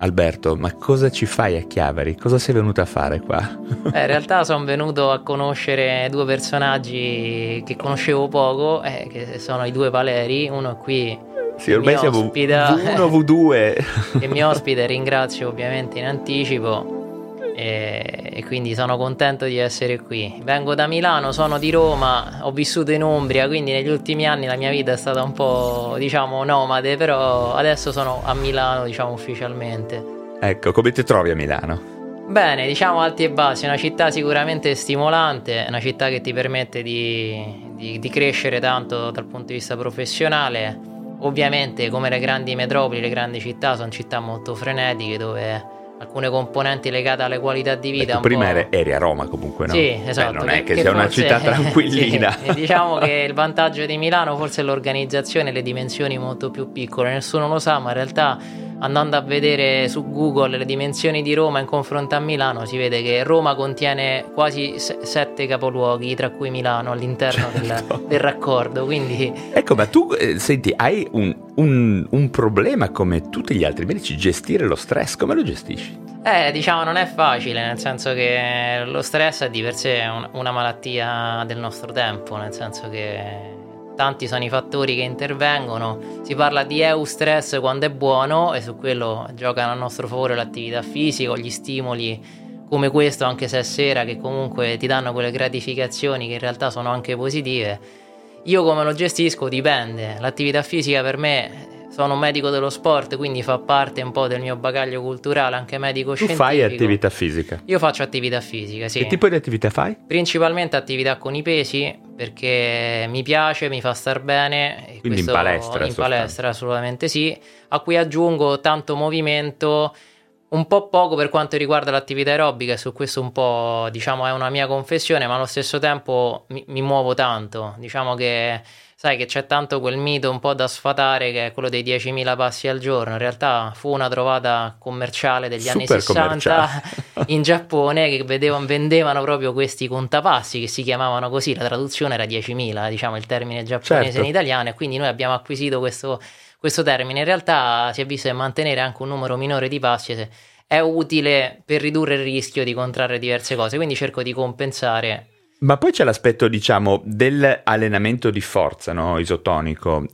Alberto, ma cosa ci fai a Chiavari? Cosa sei venuto a fare qua? In realtà sono venuto a conoscere due personaggi che conoscevo poco, che sono i due Valeri, uno qui sì, ormai siamo ospita, V1, V2. che mi ospita e ringrazio ovviamente in anticipo. E quindi sono contento di essere qui. Vengo da Milano, sono di Roma, ho vissuto in Umbria, quindi negli ultimi anni la mia vita è stata un po', diciamo, nomade, però adesso sono a Milano, diciamo, ufficialmente. Ecco, come ti trovi a Milano? Bene, diciamo alti e bassi, è una città sicuramente stimolante, è una città che ti permette di crescere tanto dal punto di vista professionale. Ovviamente, come le grandi metropoli, le grandi città sono città molto frenetiche dove alcune componenti legate alle qualità di vita. Prima eri a Roma comunque, no? Sì, esatto. Non è che sia una città tranquillina. Sì, diciamo che il vantaggio di Milano forse è l'organizzazione e le dimensioni molto più piccole. Nessuno lo sa, ma in realtà andando a vedere su Google le dimensioni di Roma in confronto a Milano si vede che Roma contiene quasi 7 capoluoghi, tra cui Milano, all'interno del raccordo. Quindi... Ecco, ma tu senti, hai un problema come tutti gli altri medici, gestire lo stress, come lo gestisci? Diciamo non è facile, nel senso che lo stress è di per sé una malattia del nostro tempo, nel senso che tanti sono i fattori che intervengono. Si parla di eustress quando è buono e su quello giocano a nostro favore l'attività fisica, gli stimoli come questo, anche se è sera, che comunque ti danno quelle gratificazioni che in realtà sono anche positive. Io come lo gestisco dipende. L'attività fisica per me, sono un medico dello sport, quindi fa parte un po' del mio bagaglio culturale, anche medico scientifico. Tu fai attività fisica? Io faccio attività fisica, sì. Che tipo di attività fai? Principalmente attività con i pesi, perché mi piace, mi fa star bene. E quindi in palestra? In palestra, assolutamente sì. A cui aggiungo tanto movimento, un po' poco per quanto riguarda l'attività aerobica, e su questo un po', diciamo, è una mia confessione, ma allo stesso tempo mi muovo tanto. Diciamo che... Sai che c'è tanto quel mito un po' da sfatare che è quello dei 10.000 passi al giorno. In realtà fu una trovata commerciale degli anni 60 in Giappone che vendevano proprio questi contapassi che si chiamavano così. La traduzione era 10.000, diciamo il termine giapponese, certo, in italiano, e quindi noi abbiamo acquisito questo termine. In realtà si è visto che mantenere anche un numero minore di passi è utile per ridurre il rischio di contrarre diverse cose, quindi cerco di compensare. Ma poi c'è l'aspetto, diciamo, dell'allenamento di forza, no? Isotonico.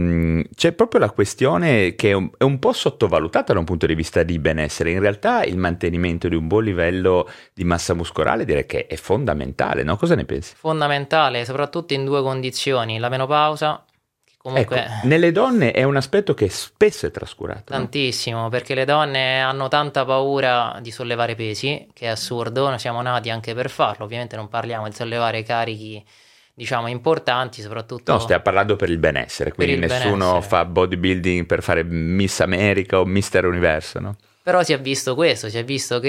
C'è proprio la questione che è un po' sottovalutata da un punto di vista di benessere. In realtà il mantenimento di un buon livello di massa muscolare direi che è fondamentale, no? Cosa ne pensi? Fondamentale, soprattutto in due condizioni: la menopausa. Comunque, ecco, nelle donne è un aspetto che spesso è trascurato. Tantissimo, no? Perché le donne hanno tanta paura di sollevare pesi, che è assurdo, noi siamo nati anche per farlo. Ovviamente non parliamo di sollevare carichi, diciamo, importanti, soprattutto... No, stiamo parlando per il benessere, quindi nessuno fa bodybuilding per fare Miss America o Mister Universo, no? Però si è visto questo, si è visto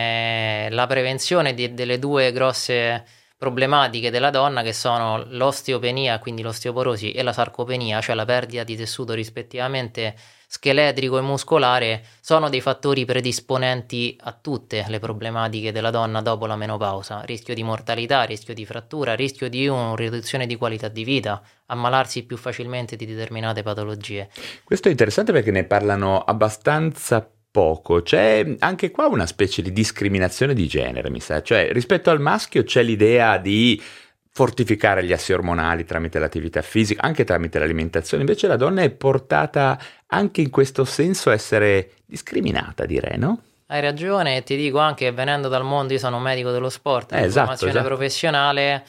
che la prevenzione delle due grosse problematiche della donna, che sono l'osteopenia, quindi l'osteoporosi, e la sarcopenia, cioè la perdita di tessuto rispettivamente scheletrico e muscolare, sono dei fattori predisponenti a tutte le problematiche della donna dopo la menopausa: rischio di mortalità, rischio di frattura, rischio di una riduzione di qualità di vita, ammalarsi più facilmente di determinate patologie. Questo è interessante perché ne parlano abbastanza poco. C'è anche qua una specie di discriminazione di genere, mi sa, cioè rispetto al maschio c'è l'idea di fortificare gli assi ormonali tramite l'attività fisica, anche tramite l'alimentazione, invece la donna è portata anche in questo senso a essere discriminata, direi, no? Hai ragione, e ti dico anche, venendo dal mondo, io sono un medico dello sport, formazione professionale,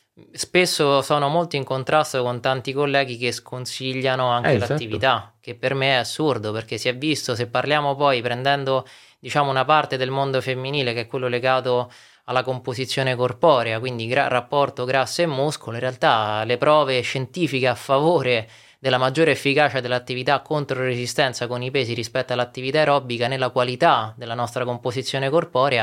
spesso sono molto in contrasto con tanti colleghi che sconsigliano anche l'attività, che per me è assurdo, perché si è visto, se parliamo poi prendendo, diciamo, una parte del mondo femminile che è quello legato alla composizione corporea, quindi rapporto grasso e muscolo, in realtà le prove scientifiche a favore della maggiore efficacia dell'attività contro resistenza con i pesi rispetto all'attività aerobica nella qualità della nostra composizione corporea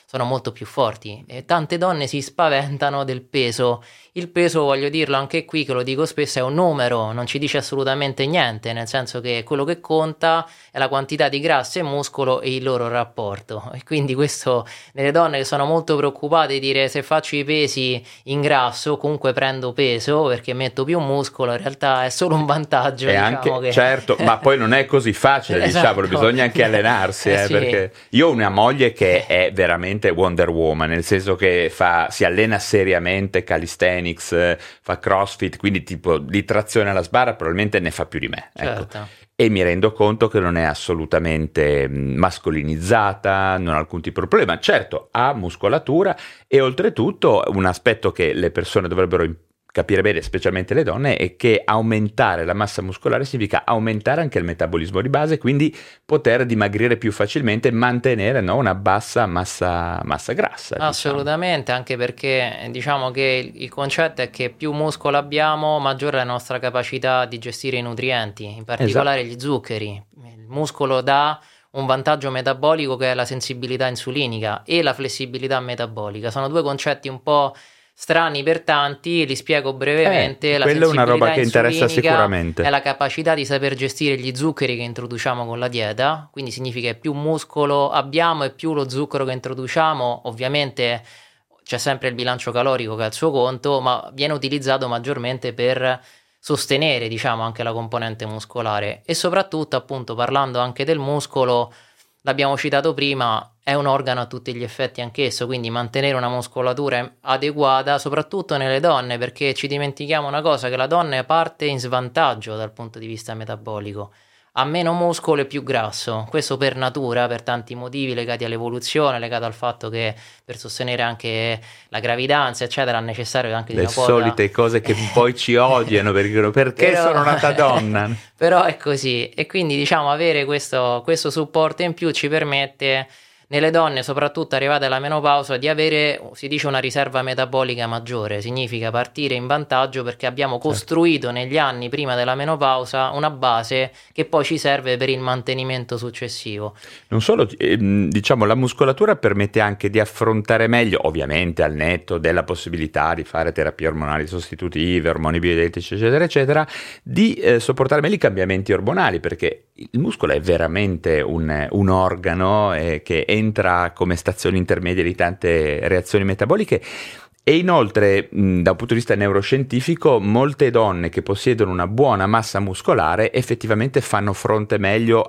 sono molto più forti e tante donne si spaventano del peso. Il peso, voglio dirlo anche qui, che lo dico spesso, è un numero, non ci dice assolutamente niente, nel senso che quello che conta è la quantità di grasso e muscolo e il loro rapporto. E quindi questo nelle donne che sono molto preoccupate di dire se faccio i pesi in grasso comunque prendo peso perché metto più muscolo, in realtà è solo un vantaggio. E diciamo anche, che... certo, ma poi non è così facile, Esatto. diciamolo, bisogna anche allenarsi, Sì. perché io ho una moglie che è veramente Wonder Woman, nel senso che si allena seriamente, calisthenics, fa CrossFit, quindi tipo di trazione alla sbarra probabilmente ne fa più di me. Ecco. Certo. E mi rendo conto che non è assolutamente mascolinizzata, non ha alcun tipo di problema. Certo, ha muscolatura e oltretutto un aspetto che le persone dovrebbero capire bene, specialmente le donne, è che aumentare la massa muscolare significa aumentare anche il metabolismo di base, quindi poter dimagrire più facilmente e mantenere, no, una bassa massa grassa. Assolutamente, diciamo. Anche perché diciamo che il concetto è che più muscolo abbiamo, maggiore è la nostra capacità di gestire i nutrienti, in particolare gli zuccheri. Il muscolo dà un vantaggio metabolico che è la sensibilità insulinica e la flessibilità metabolica. Sono due concetti un po' strani per tanti, li spiego brevemente. La quella è una roba che interessa sicuramente. È la capacità di saper gestire gli zuccheri che introduciamo con la dieta, quindi significa che più muscolo abbiamo e più lo zucchero che introduciamo, ovviamente c'è sempre il bilancio calorico che ha il suo conto, ma viene utilizzato maggiormente per sostenere, diciamo, anche la componente muscolare e soprattutto, appunto, parlando anche del muscolo, l'abbiamo citato prima, è un organo a tutti gli effetti anch'esso, quindi mantenere una muscolatura adeguata, soprattutto nelle donne, perché ci dimentichiamo una cosa, che la donna parte in svantaggio dal punto di vista metabolico, ha meno muscolo e più grasso, questo per natura, per tanti motivi legati all'evoluzione, legati al fatto che per sostenere anche la gravidanza, eccetera, è necessario anche di le una quota... solite cose che poi ci odiano perché Però... sono nata donna. Però è così, e quindi diciamo avere questo supporto in più ci permette, nelle donne soprattutto arrivate alla menopausa, di avere, si dice, una riserva metabolica maggiore. Significa partire in vantaggio perché abbiamo costruito negli anni prima della menopausa una base che poi ci serve per il mantenimento successivo. Non solo, diciamo, la muscolatura permette anche di affrontare meglio, ovviamente al netto della possibilità di fare terapie ormonali sostitutive, ormoni bioidentici, eccetera, eccetera, di sopportare meglio i cambiamenti ormonali, perché il muscolo è veramente un organo che entra come stazione intermedia di tante reazioni metaboliche. E inoltre, da un punto di vista neuroscientifico, molte donne che possiedono una buona massa muscolare effettivamente fanno fronte meglio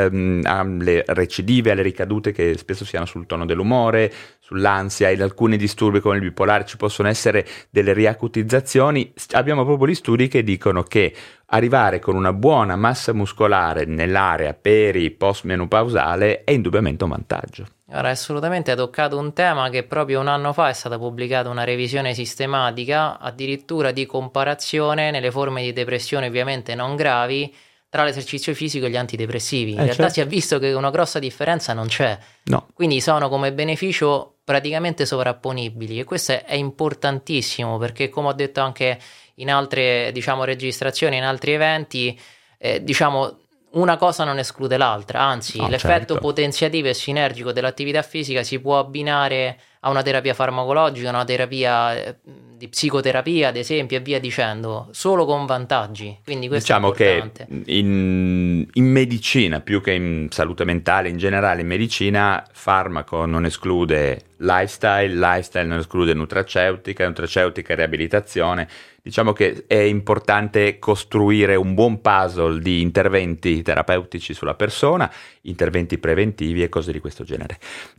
alle recidive, alle ricadute che spesso si hanno sul tono dell'umore, sull'ansia. In alcuni disturbi come il bipolare ci possono essere delle riacutizzazioni. Abbiamo proprio gli studi che dicono che arrivare con una buona massa muscolare nell'area peri-postmenopausale è indubbiamente un vantaggio. Ora, assolutamente hai toccato un tema che proprio un anno fa è stata pubblicata una revisione sistematica, addirittura di comparazione nelle forme di depressione ovviamente non gravi, tra l'esercizio fisico e gli antidepressivi. In realtà si è visto che una grossa differenza non c'è. No. Quindi sono come beneficio praticamente sovrapponibili, e questo è importantissimo perché, come ho detto anche in altre, diciamo, registrazioni, in altri eventi, diciamo, una cosa non esclude l'altra, anzi l'effetto potenziativo e sinergico dell'attività fisica si può abbinare a una terapia farmacologica, una terapia di psicoterapia ad esempio, e via dicendo, solo con vantaggi. Quindi questo diciamo è importante. Che in medicina, più che in salute mentale, in generale in medicina, farmaco non esclude lifestyle non esclude nutraceutica riabilitazione. Diciamo che è importante costruire un buon puzzle di interventi terapeutici sulla persona, interventi preventivi e cose di questo genere.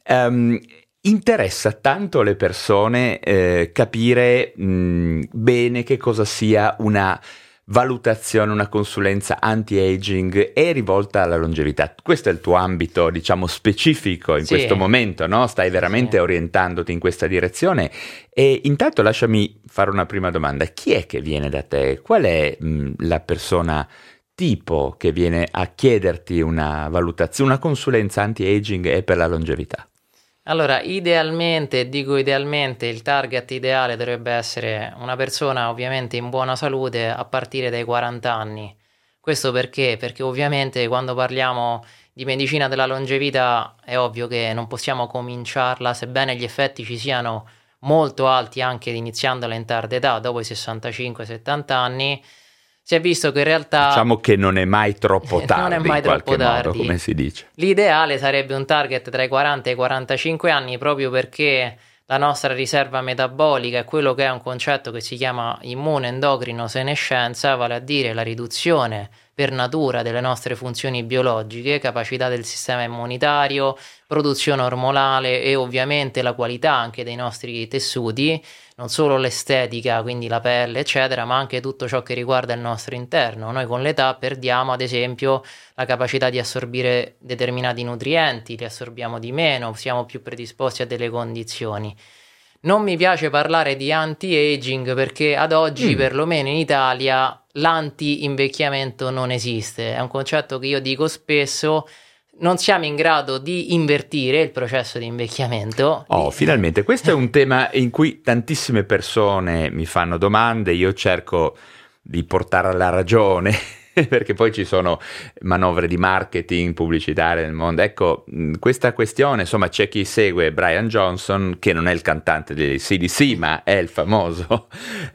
Interessa tanto le persone capire bene che cosa sia una valutazione, una consulenza anti-aging è rivolta alla longevità. Questo è il tuo ambito, diciamo, specifico in questo momento, no? Stai veramente orientandoti in questa direzione. E intanto lasciami fare una prima domanda. Chi è che viene da te? Qual è la persona tipo che viene a chiederti una valutazione, una consulenza anti-aging e per la longevità? Allora, idealmente, dico idealmente, il target ideale dovrebbe essere una persona ovviamente in buona salute a partire dai 40 anni. Questo perché? Perché ovviamente quando parliamo di medicina della longevità è ovvio che non possiamo cominciarla, sebbene gli effetti ci siano molto alti anche iniziandola in tarda età, dopo i 65-70 anni, si è visto che in realtà... Diciamo che non è mai troppo tardi, non è mai in qualche troppo tardi. modo, come si dice. L'ideale sarebbe un target tra i 40 e i 45 anni, proprio perché la nostra riserva metabolica è quello che è un concetto che si chiama immune endocrino senescenza, vale a dire la riduzione per natura delle nostre funzioni biologiche, capacità del sistema immunitario, produzione ormonale e ovviamente la qualità anche dei nostri tessuti, non solo l'estetica, quindi la pelle eccetera, ma anche tutto ciò che riguarda il nostro interno. Noi con l'età perdiamo ad esempio la capacità di assorbire determinati nutrienti, li assorbiamo di meno, siamo più predisposti a delle condizioni. Non mi piace parlare di anti-aging perché ad oggi, perlomeno in Italia, l'anti-invecchiamento non esiste. È un concetto che io dico spesso. Non siamo in grado di invertire il processo di invecchiamento. Finalmente, questo è un tema in cui tantissime persone mi fanno domande, io cerco di portare alla ragione, perché poi ci sono manovre di marketing pubblicitarie nel mondo. Ecco, questa questione, insomma, c'è chi segue Brian Johnson, che non è il cantante dei CDC, ma è il famoso,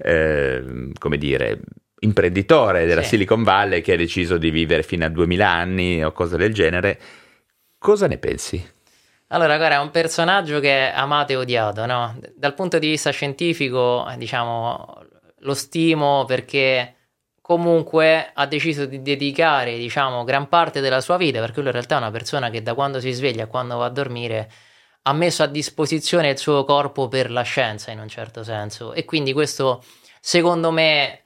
come dire, imprenditore della Silicon Valley, che ha deciso di vivere fino a 2000 anni o cose del genere. Cosa ne pensi? Allora, guarda, è un personaggio che è amato e odiato, no? Dal punto di vista scientifico, diciamo, lo stimo perché comunque ha deciso di dedicare, diciamo, gran parte della sua vita, perché lui in realtà è una persona che da quando si sveglia a quando va a dormire ha messo a disposizione il suo corpo per la scienza, in un certo senso, e quindi questo, secondo me,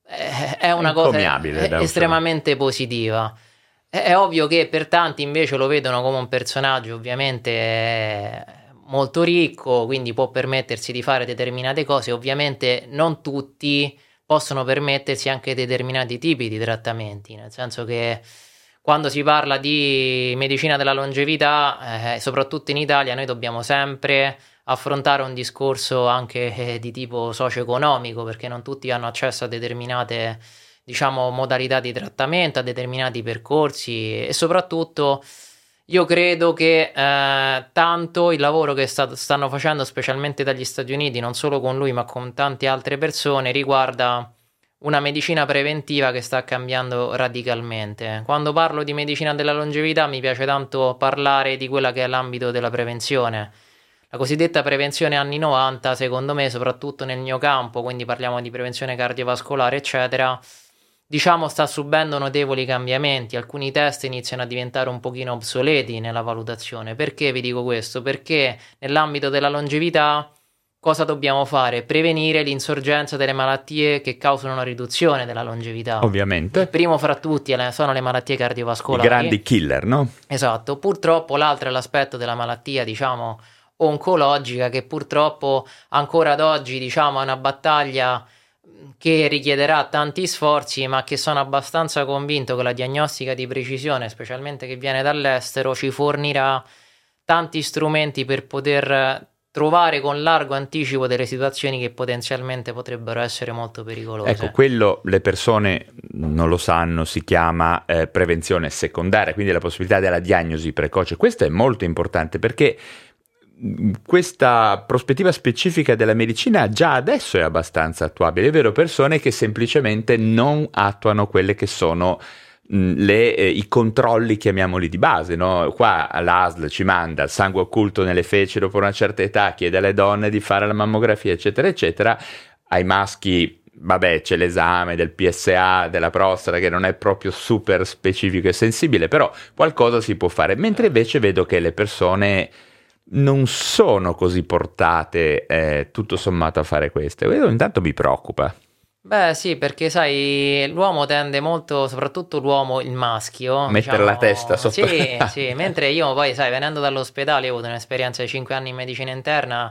è una cosa estremamente positiva. È ovvio che per tanti invece lo vedono come un personaggio ovviamente molto ricco, quindi può permettersi di fare determinate cose. Ovviamente non tutti possono permettersi anche determinati tipi di trattamenti, nel senso che quando si parla di medicina della longevità, soprattutto in Italia, noi dobbiamo sempre affrontare un discorso anche di tipo socio-economico, perché non tutti hanno accesso a determinate, diciamo, modalità di trattamento, a determinati percorsi, e soprattutto io credo che tanto il lavoro che stanno facendo specialmente dagli Stati Uniti, non solo con lui ma con tante altre persone, riguarda una medicina preventiva che sta cambiando radicalmente. Quando parlo di medicina della longevità mi piace tanto parlare di quella che è l'ambito della prevenzione. La cosiddetta prevenzione anni 90, secondo me, soprattutto nel mio campo, quindi parliamo di prevenzione cardiovascolare, eccetera, diciamo sta subendo notevoli cambiamenti. Alcuni test iniziano a diventare un pochino obsoleti nella valutazione. Perché vi dico questo? Perché nell'ambito della longevità cosa dobbiamo fare? Prevenire l'insorgenza delle malattie che causano una riduzione della longevità. Ovviamente. Il primo fra tutti sono le malattie cardiovascolari. I grandi killer, no? Esatto. Purtroppo l'altro è l'aspetto della malattia, diciamo, oncologica, che purtroppo ancora ad oggi, diciamo, è una battaglia che richiederà tanti sforzi, ma che sono abbastanza convinto che la diagnostica di precisione, specialmente che viene dall'estero, ci fornirà tanti strumenti per poter trovare con largo anticipo delle situazioni che potenzialmente potrebbero essere molto pericolose. Ecco, quello le persone non lo sanno, si chiama prevenzione secondaria, quindi la possibilità della diagnosi precoce. Questo è molto importante perché questa prospettiva specifica della medicina già adesso è abbastanza attuabile. È vero, persone che semplicemente non attuano quelle che sono i controlli, chiamiamoli di base, no? Qua l'ASL ci manda il sangue occulto nelle feci dopo una certa età, chiede alle donne di fare la mammografia, eccetera, eccetera. Ai maschi, vabbè, c'è l'esame del PSA, della prostata, che non è proprio super specifico e sensibile, però qualcosa si può fare. Mentre invece vedo che le persone non sono così portate tutto sommato a fare questo. Questo intanto mi preoccupa. Beh sì, perché sai, l'uomo tende molto, soprattutto l'uomo, il maschio, mettere diciamo, la testa sotto. Sì, mentre io poi, sai, venendo dall'ospedale ho avuto un'esperienza di 5 anni in medicina interna,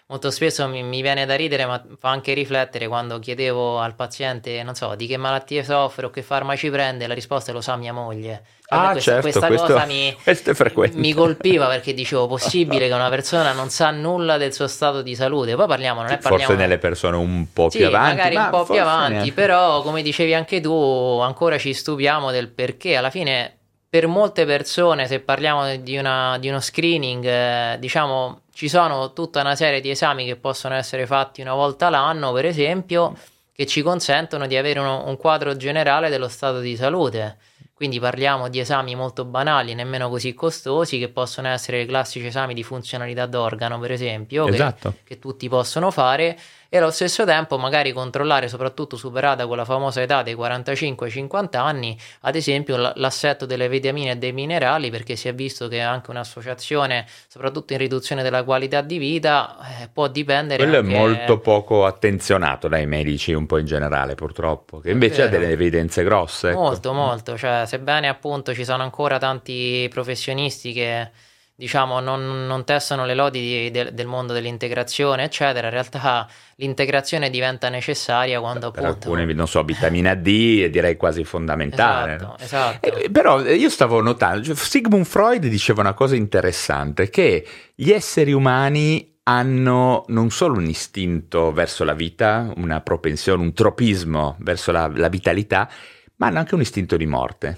molto spesso mi viene da ridere, ma fa anche riflettere quando chiedevo al paziente, non so, di che malattie soffre o che farmaci prende, la risposta lo sa mia moglie. Certo, questa cosa questo è frequente. mi colpiva, perché dicevo, possibile che una persona non sa nulla del suo stato di salute? Poi parliamo, non è parliamo... Forse nelle persone un po' più avanti. magari un po' più avanti, neanche. però come dicevi anche tu, ancora ci stupiamo del perché. Alla fine, per molte persone, se parliamo di uno screening, diciamo, ci sono tutta una serie di esami che possono essere fatti una volta l'anno, per esempio, che ci consentono di avere un quadro generale dello stato di salute. Quindi parliamo di esami molto banali, nemmeno così costosi, che possono essere i classici esami di funzionalità d'organo, per esempio, Esatto. che tutti possono fare, e allo stesso tempo magari controllare, soprattutto superata quella famosa età dei 45-50 anni, ad esempio l'assetto delle vitamine e dei minerali, perché si è visto che anche un'associazione, soprattutto in riduzione della qualità di vita, può dipendere Quello anche... è molto poco attenzionato dai medici un po' in generale, purtroppo, che invece ha delle evidenze grosse. Ecco. Molto, cioè sebbene appunto ci sono ancora tanti professionisti che diciamo non testano le lodi del mondo dell'integrazione, eccetera, in realtà l'integrazione diventa necessaria quando Per appunto... alcune, non so, vitamina D direi quasi fondamentale. Esatto. Però io stavo notando, Sigmund Freud diceva una cosa interessante, che gli esseri umani hanno non solo un istinto verso la vita, una propensione, un tropismo verso la vitalità, ma hanno anche un istinto di morte,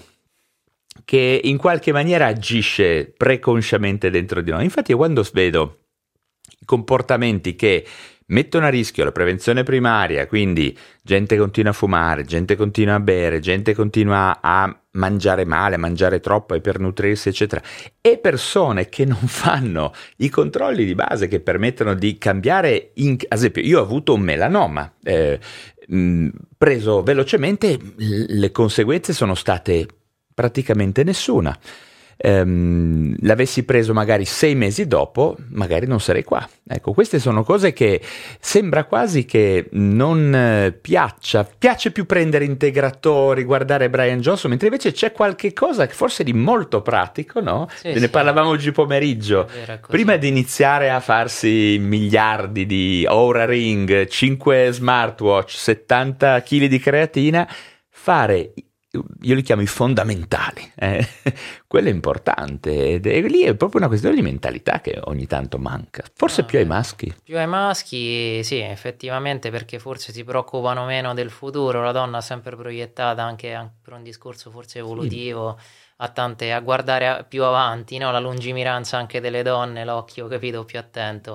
che in qualche maniera agisce preconsciamente dentro di noi. Infatti io quando vedo i comportamenti che mettono a rischio la prevenzione primaria, quindi gente continua a fumare, gente continua a bere, gente continua a mangiare male, a mangiare troppo, a ipernutrirsi, eccetera, e persone che non fanno i controlli di base che permettono di cambiare, ad esempio io ho avuto un melanoma, preso velocemente, le conseguenze sono state praticamente nessuna. L'avessi preso magari 6 mesi dopo, magari non sarei qua. Ecco, queste sono cose che sembra quasi che non piace più prendere integratori, guardare Brian Johnson, mentre invece c'è qualche cosa che forse di molto pratico, no? Ne parlavamo oggi pomeriggio, prima di iniziare a farsi miliardi di Oura Ring, 5 smartwatch, 70 kg di creatina, fare... Io li chiamo i fondamentali, quello è importante, ed è lì è proprio una questione di mentalità che ogni tanto manca, forse più ai maschi. Più ai maschi, sì, effettivamente, perché forse si preoccupano meno del futuro, la donna è sempre proiettata anche per un discorso forse evolutivo, a guardare più avanti, no? La lungimiranza anche delle donne, l'occhio, capito, più attento.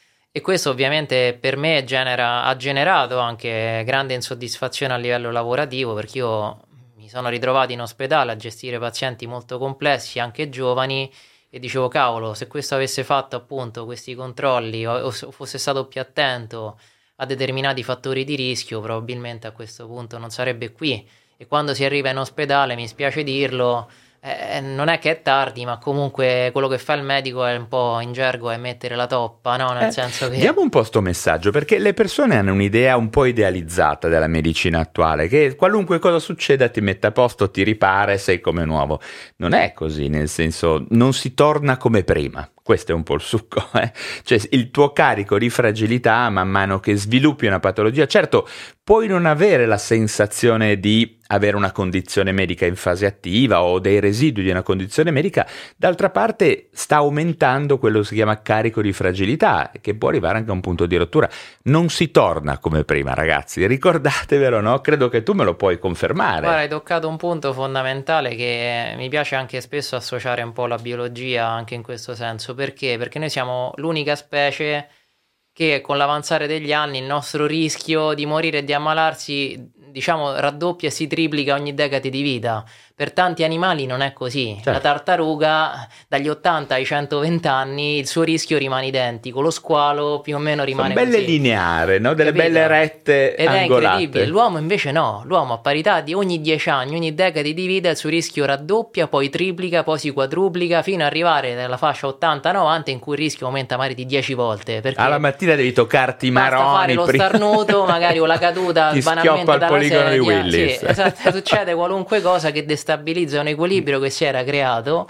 E questo ovviamente per me ha generato anche grande insoddisfazione a livello lavorativo, perché io sono ritrovato in ospedale a gestire pazienti molto complessi, anche giovani, e dicevo, cavolo, se questo avesse fatto appunto questi controlli o fosse stato più attento a determinati fattori di rischio, probabilmente a questo punto non sarebbe qui. E quando si arriva in ospedale, mi spiace dirlo, non è che è tardi, ma comunque quello che fa il medico è un po' in gergo è mettere la toppa, no? Nel senso che... Diamo un po' sto messaggio, perché le persone hanno un'idea un po' idealizzata della medicina attuale, che qualunque cosa succeda ti mette a posto, ti ripara e sei come nuovo. Non è così, nel senso, non si torna come prima. Questo è un po' il succo, Cioè il tuo carico di fragilità man mano che sviluppi una patologia, certo puoi non avere la sensazione di avere una condizione medica in fase attiva o dei residui di una condizione medica, d'altra parte sta aumentando quello che si chiama carico di fragilità, che può arrivare anche a un punto di rottura. Non si torna come prima, ragazzi, ricordatevelo, no? Credo che tu me lo puoi confermare. Guarda, hai toccato un punto fondamentale che mi piace anche spesso associare un po' alla biologia anche in questo senso. Perché? Perché noi siamo l'unica specie che con l'avanzare degli anni il nostro rischio di morire e di ammalarsi, diciamo, raddoppia e si triplica ogni decade di vita. Per tanti animali non è così. Certo. La tartaruga dagli 80 ai 120 anni il suo rischio rimane identico, lo squalo più o meno rimane Sono belle così. lineari, no? Delle Capito? belle rette ed angolate. È incredibile. L'uomo invece no, l'uomo a parità di ogni 10 anni, ogni decade di vita il suo rischio raddoppia, poi triplica, poi si quadruplica fino ad arrivare nella fascia 80-90 in cui il rischio aumenta magari di 10 volte. Perché alla mattina devi toccarti i maroni, basta fare lo starnuto magari o la caduta ti banalmente schioppa il dalla poligono sedia. di Willis. Sì, esatto, succede qualunque cosa che destabilizza un equilibrio che si era creato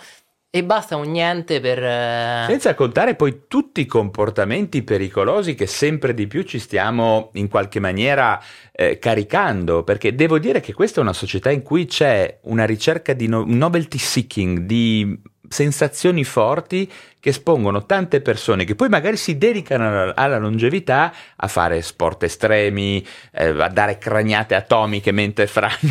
E basta un niente per... Senza contare poi tutti i comportamenti pericolosi che sempre di più ci stiamo in qualche maniera caricando, perché devo dire che questa è una società in cui c'è una ricerca di novelty seeking, di sensazioni forti che espongono tante persone che poi magari si dedicano alla longevità a fare sport estremi, a dare craniate atomiche mentre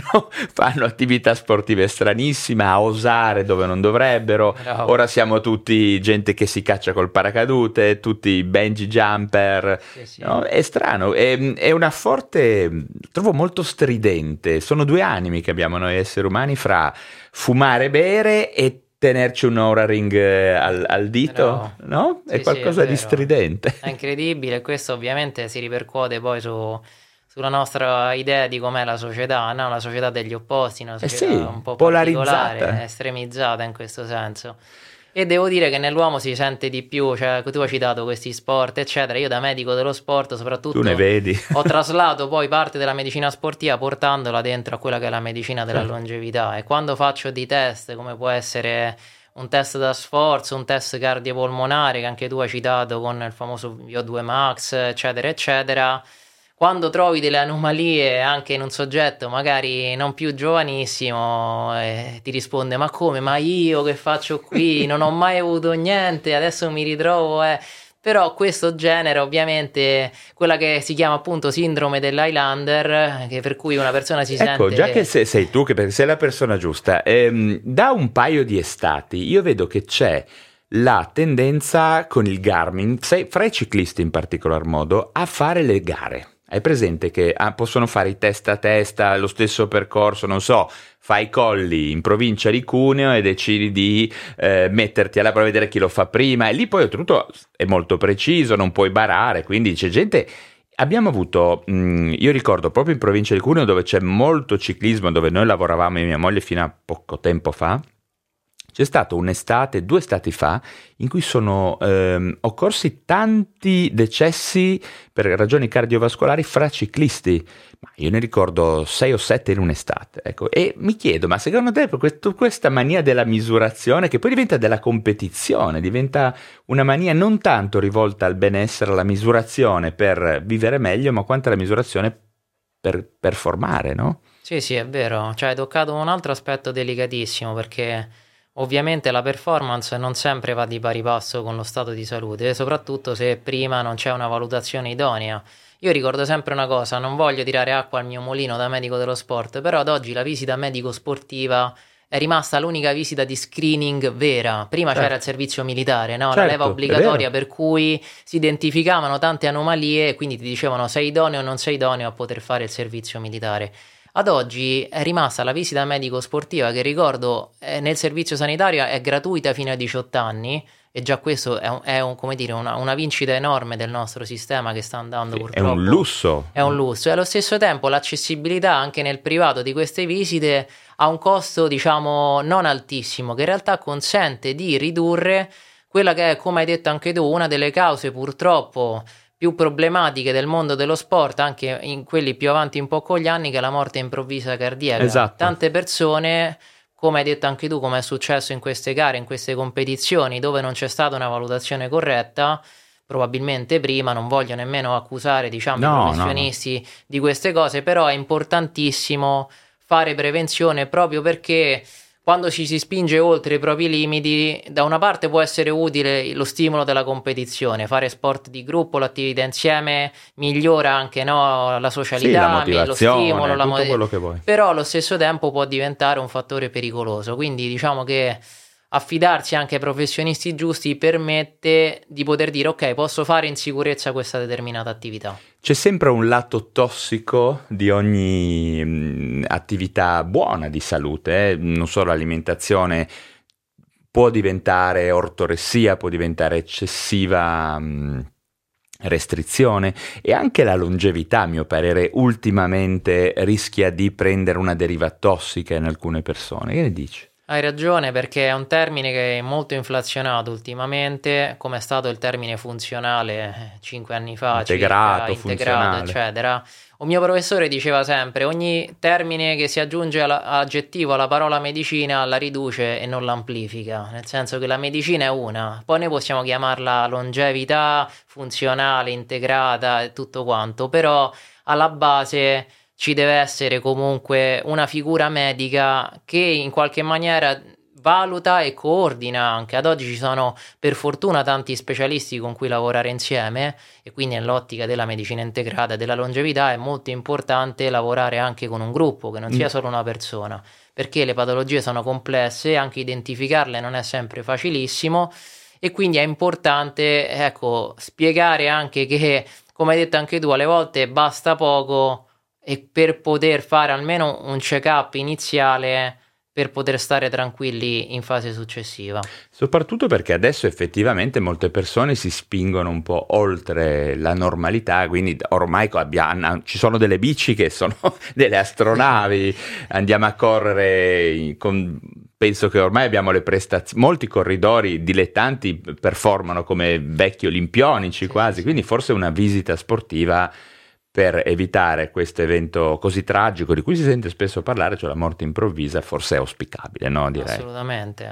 fanno attività sportive stranissime, a osare dove non dovrebbero. Bravo. Ora siamo tutti gente che si caccia col paracadute, tutti bungee jumper. Sì. No? È strano, è una forte, trovo molto stridente. Sono due animi che abbiamo noi esseri umani fra fumare e bere e tenerci un Oura Ring al dito, no? È qualcosa di stridente. È incredibile, questo ovviamente si ripercuote poi sulla nostra idea di com'è la società, no? La società degli opposti, una società un po' particolare, estremizzata in questo senso. E devo dire che nell'uomo si sente di più, cioè tu hai citato questi sport eccetera, io da medico dello sport soprattutto tu ne vedi. Ho traslato poi parte della medicina sportiva portandola dentro a quella che è la medicina della longevità, e quando faccio dei test come può essere un test da sforzo, un test cardiopolmonare che anche tu hai citato con il famoso VO2 max eccetera eccetera, quando trovi delle anomalie anche in un soggetto magari non più giovanissimo, ti risponde ma come, ma io che faccio qui, non ho mai avuto niente, adesso mi ritrovo Però questo genera ovviamente quella che si chiama appunto sindrome dell'Highlander, che per cui una persona si sente... Ecco, già che sei tu, che sei la persona giusta, da un paio di estati io vedo che c'è la tendenza con il Garmin, fra i ciclisti in particolar modo, a fare le gare. Hai presente che possono fare i testa a testa, lo stesso percorso, non so, fai i colli in provincia di Cuneo e decidi di metterti alla prova a vedere chi lo fa prima, e lì poi oltretutto è molto preciso, non puoi barare, quindi c'è gente... Abbiamo avuto, io ricordo proprio in provincia di Cuneo dove c'è molto ciclismo, dove noi lavoravamo io e mia moglie fino a poco tempo fa, c'è stato un'estate, 2 estati fa, in cui sono occorsi tanti decessi per ragioni cardiovascolari fra ciclisti. Ma io ne ricordo 6 o 7 in un'estate. Ecco. E mi chiedo, ma secondo te questa mania della misurazione, che poi diventa della competizione, diventa una mania non tanto rivolta al benessere, alla misurazione per vivere meglio, ma quanto alla misurazione per performare, no? Sì, è vero. Cioè hai toccato un altro aspetto delicatissimo, perché... Ovviamente la performance non sempre va di pari passo con lo stato di salute, soprattutto se prima non c'è una valutazione idonea. Io ricordo sempre una cosa, non voglio tirare acqua al mio mulino da medico dello sport, però ad oggi la visita medico-sportiva è rimasta l'unica visita di screening vera. Prima c'era il servizio militare, no? La leva obbligatoria per cui si identificavano tante anomalie e quindi ti dicevano sei idoneo o non sei idoneo a poter fare il servizio militare. Ad oggi è rimasta la visita medico-sportiva che, ricordo, nel servizio sanitario è gratuita fino ai 18 anni, e già questo è come dire, una vincita enorme del nostro sistema che sta andando purtroppo. È un lusso. È un lusso, e allo stesso tempo l'accessibilità anche nel privato di queste visite ha un costo, diciamo, non altissimo, che in realtà consente di ridurre quella che è, come hai detto anche tu, una delle cause purtroppo più problematiche del mondo dello sport, anche in quelli più avanti un po' con gli anni, che è la morte improvvisa cardiaca. Esatto. Tante persone, come hai detto anche tu, come è successo in queste gare, in queste competizioni dove non c'è stata una valutazione corretta, probabilmente prima, non voglio nemmeno accusare, diciamo, i professionisti di queste cose, però è importantissimo fare prevenzione, proprio perché quando ci si spinge oltre i propri limiti, da una parte può essere utile lo stimolo della competizione, fare sport di gruppo, l'attività insieme migliora anche, no, la socialità, sì, la lo stimolo, tutto quello che vuoi. Però allo stesso tempo può diventare un fattore pericoloso, quindi diciamo che affidarsi anche ai professionisti giusti permette di poter dire ok, posso fare in sicurezza questa determinata attività. C'è sempre un lato tossico di ogni attività buona di salute, non solo l'alimentazione può diventare ortoressia, può diventare eccessiva restrizione, e anche la longevità, a mio parere, ultimamente rischia di prendere una deriva tossica in alcune persone. Che ne dici? Hai ragione, perché è un termine che è molto inflazionato ultimamente, come è stato il termine funzionale 5 anni fa, circa, Integrato, integrato, funzionale. eccetera. Un mio professore diceva sempre, ogni termine che si aggiunge all'aggettivo alla parola medicina la riduce e non l'amplifica, nel senso che la medicina è una, poi noi possiamo chiamarla longevità, funzionale, integrata e tutto quanto, però alla base ci deve essere comunque una figura medica che in qualche maniera valuta e coordina anche. Ad oggi ci sono per fortuna tanti specialisti con cui lavorare insieme, e quindi nell'ottica della medicina integrata e della longevità è molto importante lavorare anche con un gruppo, che non sia solo una persona, perché le patologie sono complesse, anche identificarle non è sempre facilissimo, e quindi è importante, ecco, spiegare anche che, come hai detto anche tu, alle volte basta poco, e per poter fare almeno un check-up iniziale per poter stare tranquilli in fase successiva. Soprattutto perché adesso effettivamente molte persone si spingono un po' oltre la normalità, quindi ormai ci sono delle bici che sono delle astronavi, andiamo a correre penso che ormai abbiamo le prestazioni, molti corridori dilettanti performano come vecchi olimpionici quasi, quindi forse una visita sportiva per evitare questo evento così tragico di cui si sente spesso parlare, cioè la morte improvvisa, forse è auspicabile, no? Direi. Assolutamente.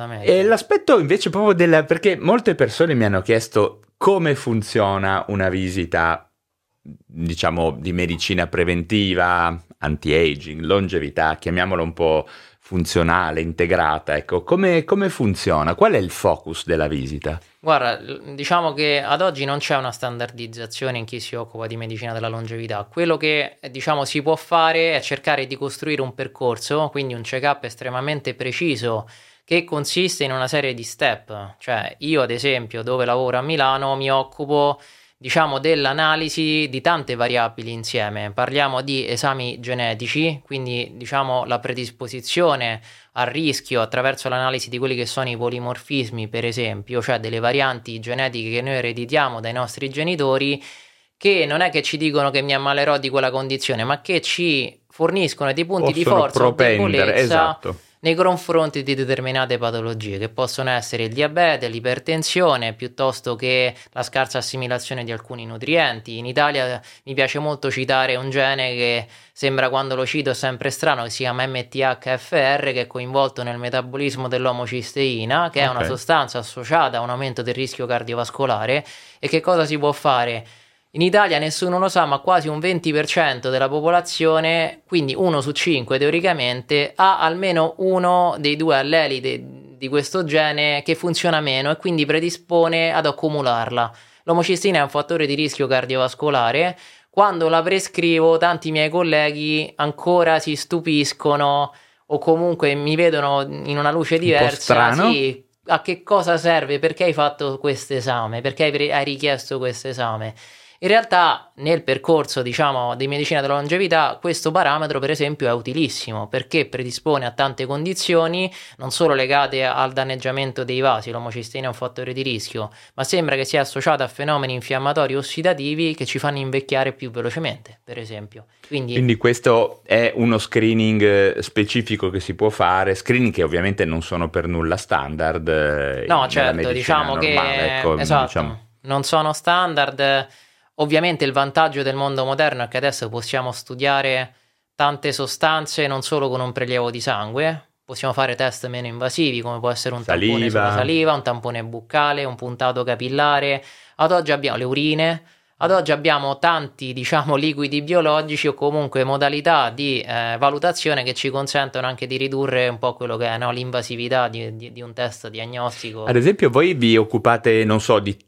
E l'aspetto invece proprio perché molte persone mi hanno chiesto come funziona una visita, diciamo, di medicina preventiva, anti-aging, longevità, chiamiamola un po' funzionale, integrata, ecco, come funziona? Qual è il focus della visita? Guarda, diciamo che ad oggi non c'è una standardizzazione in chi si occupa di medicina della longevità. Quello che, diciamo, si può fare è cercare di costruire un percorso, quindi un check-up estremamente preciso, che consiste in una serie di step. Cioè, io ad esempio, dove lavoro a Milano, mi occupo, diciamo, dell'analisi di tante variabili insieme. Parliamo di esami genetici, quindi, diciamo, la predisposizione al rischio attraverso l'analisi di quelli che sono i polimorfismi, per esempio, cioè delle varianti genetiche che noi ereditiamo dai nostri genitori, che non è che ci dicono che mi ammalerò di quella condizione, ma che ci forniscono dei punti di forza o debolezza, esatto, nei confronti di determinate patologie, che possono essere il diabete, l'ipertensione, piuttosto che la scarsa assimilazione di alcuni nutrienti. In Italia mi piace molto citare un gene che sembra, quando lo cito, sempre strano, che si chiama MTHFR, che è coinvolto nel metabolismo dell'omocisteina, che è una sostanza associata a un aumento del rischio cardiovascolare. E che cosa si può fare? In Italia nessuno lo sa, ma quasi un 20% della popolazione, quindi 1 su 5 teoricamente, ha almeno uno dei due alleli di questo gene che funziona meno e quindi predispone ad accumularla. L'omocistina è un fattore di rischio cardiovascolare. Quando la prescrivo, tanti miei colleghi ancora si stupiscono o comunque mi vedono in una luce diversa. Sì, a che cosa serve? Perché hai fatto questo esame? Perché hai richiesto questo esame? In realtà nel percorso, diciamo, di medicina della longevità questo parametro per esempio è utilissimo, perché predispone a tante condizioni non solo legate al danneggiamento dei vasi, l'omocistina è un fattore di rischio, ma sembra che sia associata a fenomeni infiammatori ossidativi che ci fanno invecchiare più velocemente, per esempio. Quindi questo è uno screening specifico che si può fare, screening che ovviamente non sono per nulla standard. No, certo, diciamo normale, che ecco, esatto, diciamo. Non sono standard. Ovviamente il vantaggio del mondo moderno è che adesso possiamo studiare tante sostanze non solo con un prelievo di sangue, possiamo fare test meno invasivi come può essere un tampone sulla saliva, un tampone buccale, un puntato capillare. Ad oggi abbiamo le urine, ad oggi abbiamo tanti, diciamo, liquidi biologici o comunque modalità di valutazione che ci consentono anche di ridurre un po' quello che è, no, l'invasività di un test diagnostico. Ad esempio voi vi occupate, non so, di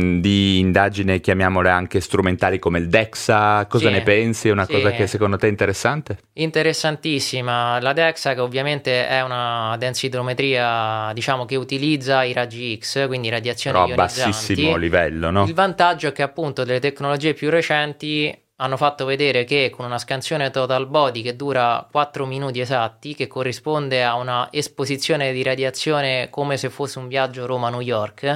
indagine, chiamiamole anche strumentali come il DEXA, cosa ne pensi? È una cosa che secondo te è interessante? Interessantissima, la DEXA, che ovviamente è una densitometria, diciamo, che utilizza i raggi X, quindi radiazioni ionizzanti. Però a bassissimo livello, no? Il vantaggio è che appunto delle tecnologie più recenti hanno fatto vedere che con una scansione total body che dura 4 minuti esatti, che corrisponde a una esposizione di radiazione come se fosse un viaggio Roma-New York,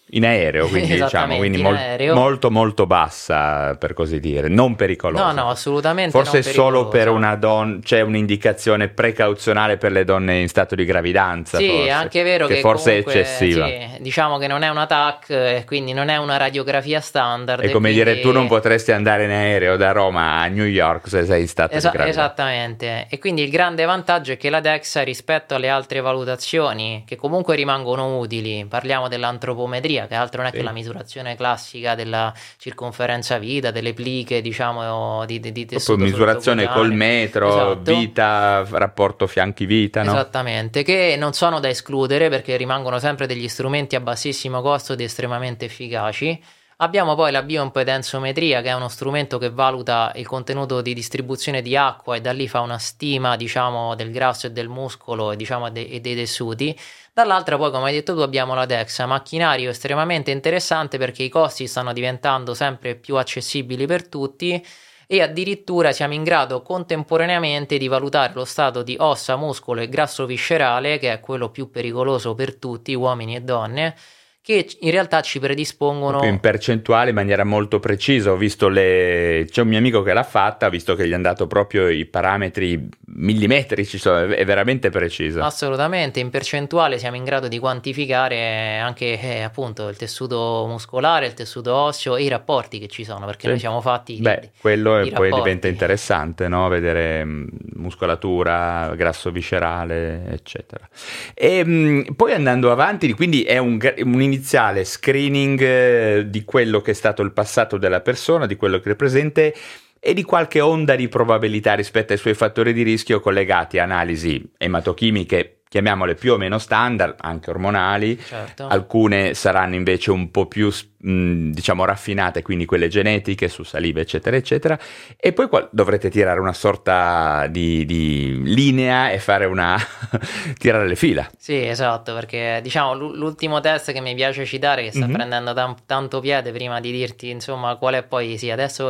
In aereo, quindi diciamo, quindi molto molto bassa, per così dire, non pericolosa. No, assolutamente forse non pericolosa. Solo per una donna c'è un'indicazione precauzionale per le donne in stato di gravidanza. Sì, forse, è anche vero che forse comunque, è eccessiva. Sì, diciamo che non è una TAC, quindi non è una radiografia standard. È come dire, tu non potresti andare in aereo da Roma a New York se sei in stato di gravidanza. Esattamente, e quindi il grande vantaggio è che la DEXA, rispetto alle altre valutazioni, che comunque rimangono utili, parliamo dell'antropometria, che altro non è che la misurazione classica della circonferenza vita, delle pliche, diciamo, di tessuto misurazione col metro, esatto. Vita, rapporto fianchi-vita, no? Esattamente, che non sono da escludere perché rimangono sempre degli strumenti a bassissimo costo ed estremamente efficaci. Abbiamo poi la bioimpedenzometria, che è uno strumento che valuta il contenuto di distribuzione di acqua e da lì fa una stima, diciamo, del grasso e del muscolo e, diciamo, e dei tessuti. Dall'altra poi, come hai detto tu, abbiamo la DEXA, macchinario estremamente interessante perché i costi stanno diventando sempre più accessibili per tutti e addirittura siamo in grado contemporaneamente di valutare lo stato di ossa, muscolo e grasso viscerale, che è quello più pericoloso per tutti, uomini e donne, che in realtà ci predispongono in percentuale in maniera molto precisa. Ho visto c'è un mio amico che l'ha fatta, ha visto che gli hanno dato proprio i parametri millimetrici, è veramente precisa. Assolutamente, in percentuale siamo in grado di quantificare anche appunto il tessuto muscolare, il tessuto osseo e i rapporti che ci sono, perché noi siamo fatti quello di poi rapporti. Diventa interessante, no? Vedere muscolatura, grasso viscerale, eccetera. E poi andando avanti, quindi è un iniziale screening di quello che è stato il passato della persona, di quello che è presente e di qualche onda di probabilità rispetto ai suoi fattori di rischio collegati a analisi ematochimiche, chiamiamole più o meno standard, anche ormonali. Certo. Alcune saranno invece un po' più diciamo raffinate, quindi quelle genetiche su saliva eccetera eccetera, e poi dovrete tirare una sorta di linea e fare tirare le fila. Sì, esatto, perché diciamo l'ultimo test che mi piace citare, che sta prendendo tanto piede, prima di dirti insomma qual è poi, sì, adesso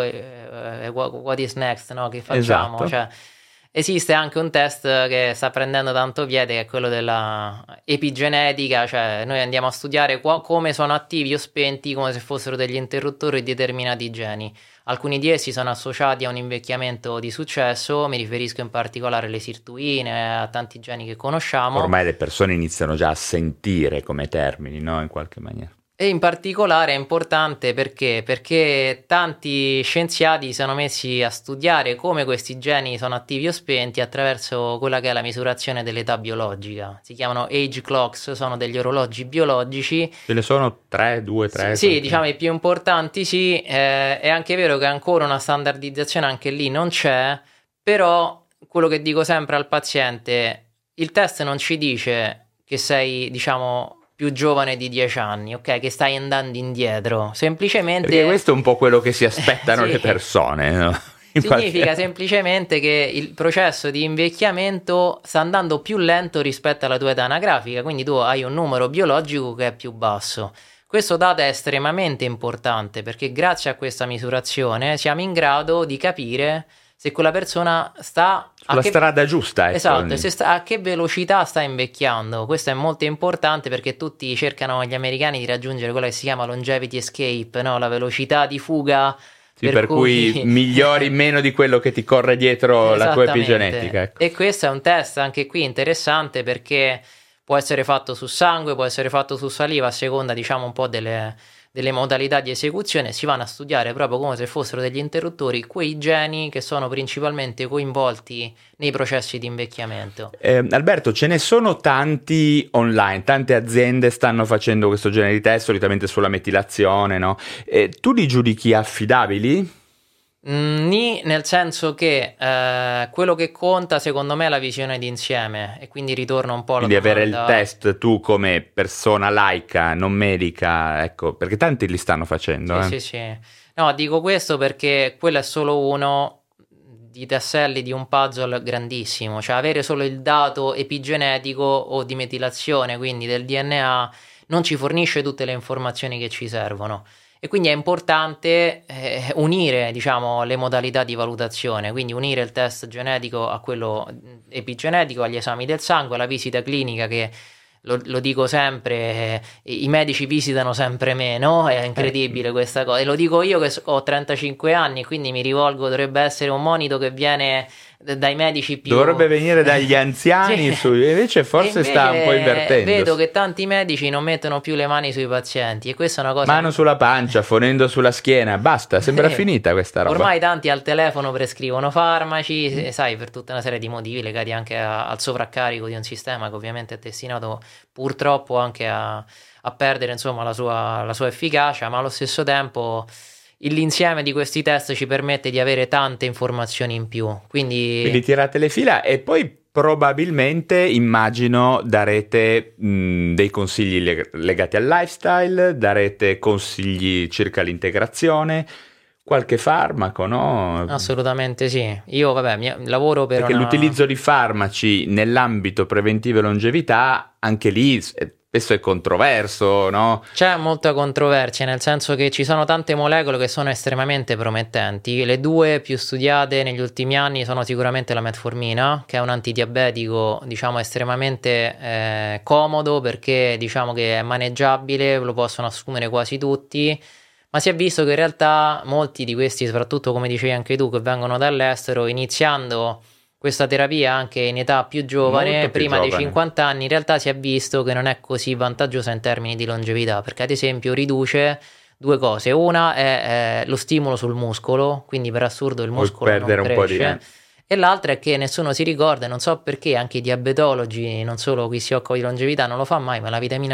what is next, no? Che facciamo? Esatto. Cioè, esiste anche un test che sta prendendo tanto piede, che è quello della epigenetica, cioè noi andiamo a studiare come sono attivi o spenti come se fossero degli interruttori di determinati geni. Alcuni di essi sono associati a un invecchiamento di successo, mi riferisco in particolare alle sirtuine, a tanti geni che conosciamo. Ormai le persone iniziano già a sentire come termini, no? In qualche maniera. E in particolare è importante perché tanti scienziati sono messi a studiare come questi geni sono attivi o spenti attraverso quella che è la misurazione dell'età biologica. Si chiamano age clocks, sono degli orologi biologici. Ce ne sono 3, 2, 3? Sì, diciamo i più importanti sì, è anche vero che ancora una standardizzazione anche lì non c'è, però quello che dico sempre al paziente, il test non ci dice che sei, diciamo, più giovane di 10 anni, ok? Che stai andando indietro, semplicemente... Perché questo è un po' quello che si aspettano sì. Le persone, no? Significa semplicemente che il processo di invecchiamento sta andando più lento rispetto alla tua età anagrafica, quindi tu hai un numero biologico che è più basso. Questo dato è estremamente importante perché grazie a questa misurazione siamo in grado di capire se quella persona sta sulla strada giusta, ecco. Esatto, a che velocità sta invecchiando. Questo è molto importante perché tutti cercano, gli americani, di raggiungere quella che si chiama longevity escape, no? La velocità di fuga. Sì, per cui migliori meno di quello che ti corre dietro la tua epigenetica. Ecco. E questo è un test anche qui interessante perché può essere fatto su sangue, può essere fatto su saliva, a seconda, diciamo, un po' delle modalità di esecuzione. Si vanno a studiare proprio come se fossero degli interruttori quei geni che sono principalmente coinvolti nei processi di invecchiamento. Alberto, ce ne sono tanti online, tante aziende stanno facendo questo genere di test, solitamente sulla metilazione, no? Tu li giudichi affidabili? Nel senso che quello che conta secondo me è la visione d'insieme, e quindi ritorno un po' alla domanda. Quindi avere il test tu come persona laica, non medica, ecco, perché tanti li stanno facendo. Sì. No, dico questo perché quello è solo uno di tasselli di un puzzle grandissimo, cioè avere solo il dato epigenetico o di metilazione, quindi del DNA, non ci fornisce tutte le informazioni che ci servono. E quindi è importante unire, diciamo, le modalità di valutazione, quindi unire il test genetico a quello epigenetico, agli esami del sangue, alla visita clinica che lo dico sempre, i medici visitano sempre meno, è incredibile questa cosa, e lo dico io che ho 35 anni, quindi mi rivolgo, dovrebbe essere un monito che viene dai medici più... Dovrebbe venire dagli anziani, Sì. Invece forse sta un po' invertendo. Vedo che tanti medici non mettono più le mani sui pazienti, e questa è una cosa... Mano sulla pancia, fonendo sulla schiena, basta, sembra finita questa roba. Ormai tanti al telefono prescrivono farmaci, sai, per tutta una serie di motivi legati anche al sovraccarico di un sistema che ovviamente è destinato purtroppo anche a perdere, insomma, la sua efficacia, ma allo stesso tempo l'insieme di questi test ci permette di avere tante informazioni in più. Quindi tirate le fila e poi probabilmente, immagino, darete dei consigli legati al lifestyle, darete consigli circa l'integrazione, qualche farmaco, no? Assolutamente sì. Io, lavoro per Perché l'utilizzo di farmaci nell'ambito preventivo e longevità, anche lì spesso è controverso, no? C'è molta controversia, nel senso che ci sono tante molecole che sono estremamente promettenti. Le due più studiate negli ultimi anni sono sicuramente la metformina, che è un antidiabetico, diciamo, estremamente comodo, perché diciamo che è maneggiabile, lo possono assumere quasi tutti, ma si è visto che in realtà molti di questi, soprattutto come dicevi anche tu, che vengono dall'estero, iniziando questa terapia anche in età più giovane, prima dei 50 anni, in realtà si è visto che non è così vantaggiosa in termini di longevità, perché ad esempio riduce due cose. Una è lo stimolo sul muscolo, quindi per assurdo il muscolo non cresce, un po' di... E l'altra è che nessuno si ricorda, non so perché, anche i diabetologi, non solo chi si occupa di longevità, non lo fa mai, ma la vitamina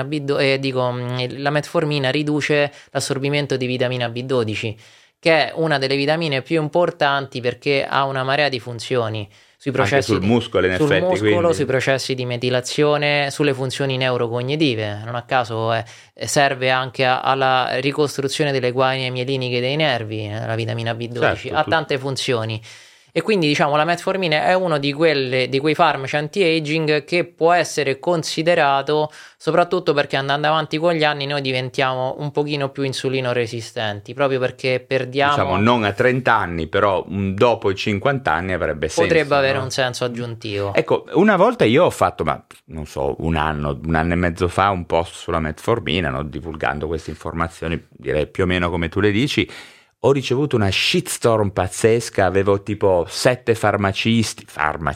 B12, la metformina riduce l'assorbimento di vitamina B12, che è una delle vitamine più importanti perché ha una marea di funzioni sui processi anche sul muscolo, in effetti, quindi... sui processi di metilazione, sulle funzioni neurocognitive. Non a caso serve anche alla ricostruzione delle guaine mieliniche dei nervi, la vitamina B12, certo, ha tante funzioni. E quindi diciamo la metformina è uno di quei farmaci anti-aging che può essere considerato, soprattutto perché andando avanti con gli anni noi diventiamo un pochino più insulino resistenti, proprio perché perdiamo... Diciamo non a 30 anni, però dopo i 50 anni avrebbe senso. Potrebbe avere un senso aggiuntivo. Ecco, una volta io ho fatto, ma non so, un anno e mezzo fa, un post sulla metformina, no? Divulgando queste informazioni, direi più o meno come tu le dici. Ho ricevuto una shitstorm pazzesca, avevo tipo 7 farmacisti,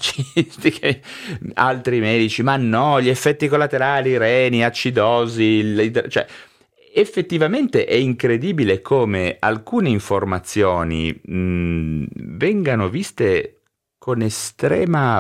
altri medici, ma no, gli effetti collaterali, reni, acidosi, cioè effettivamente è incredibile come alcune informazioni vengano viste con estrema...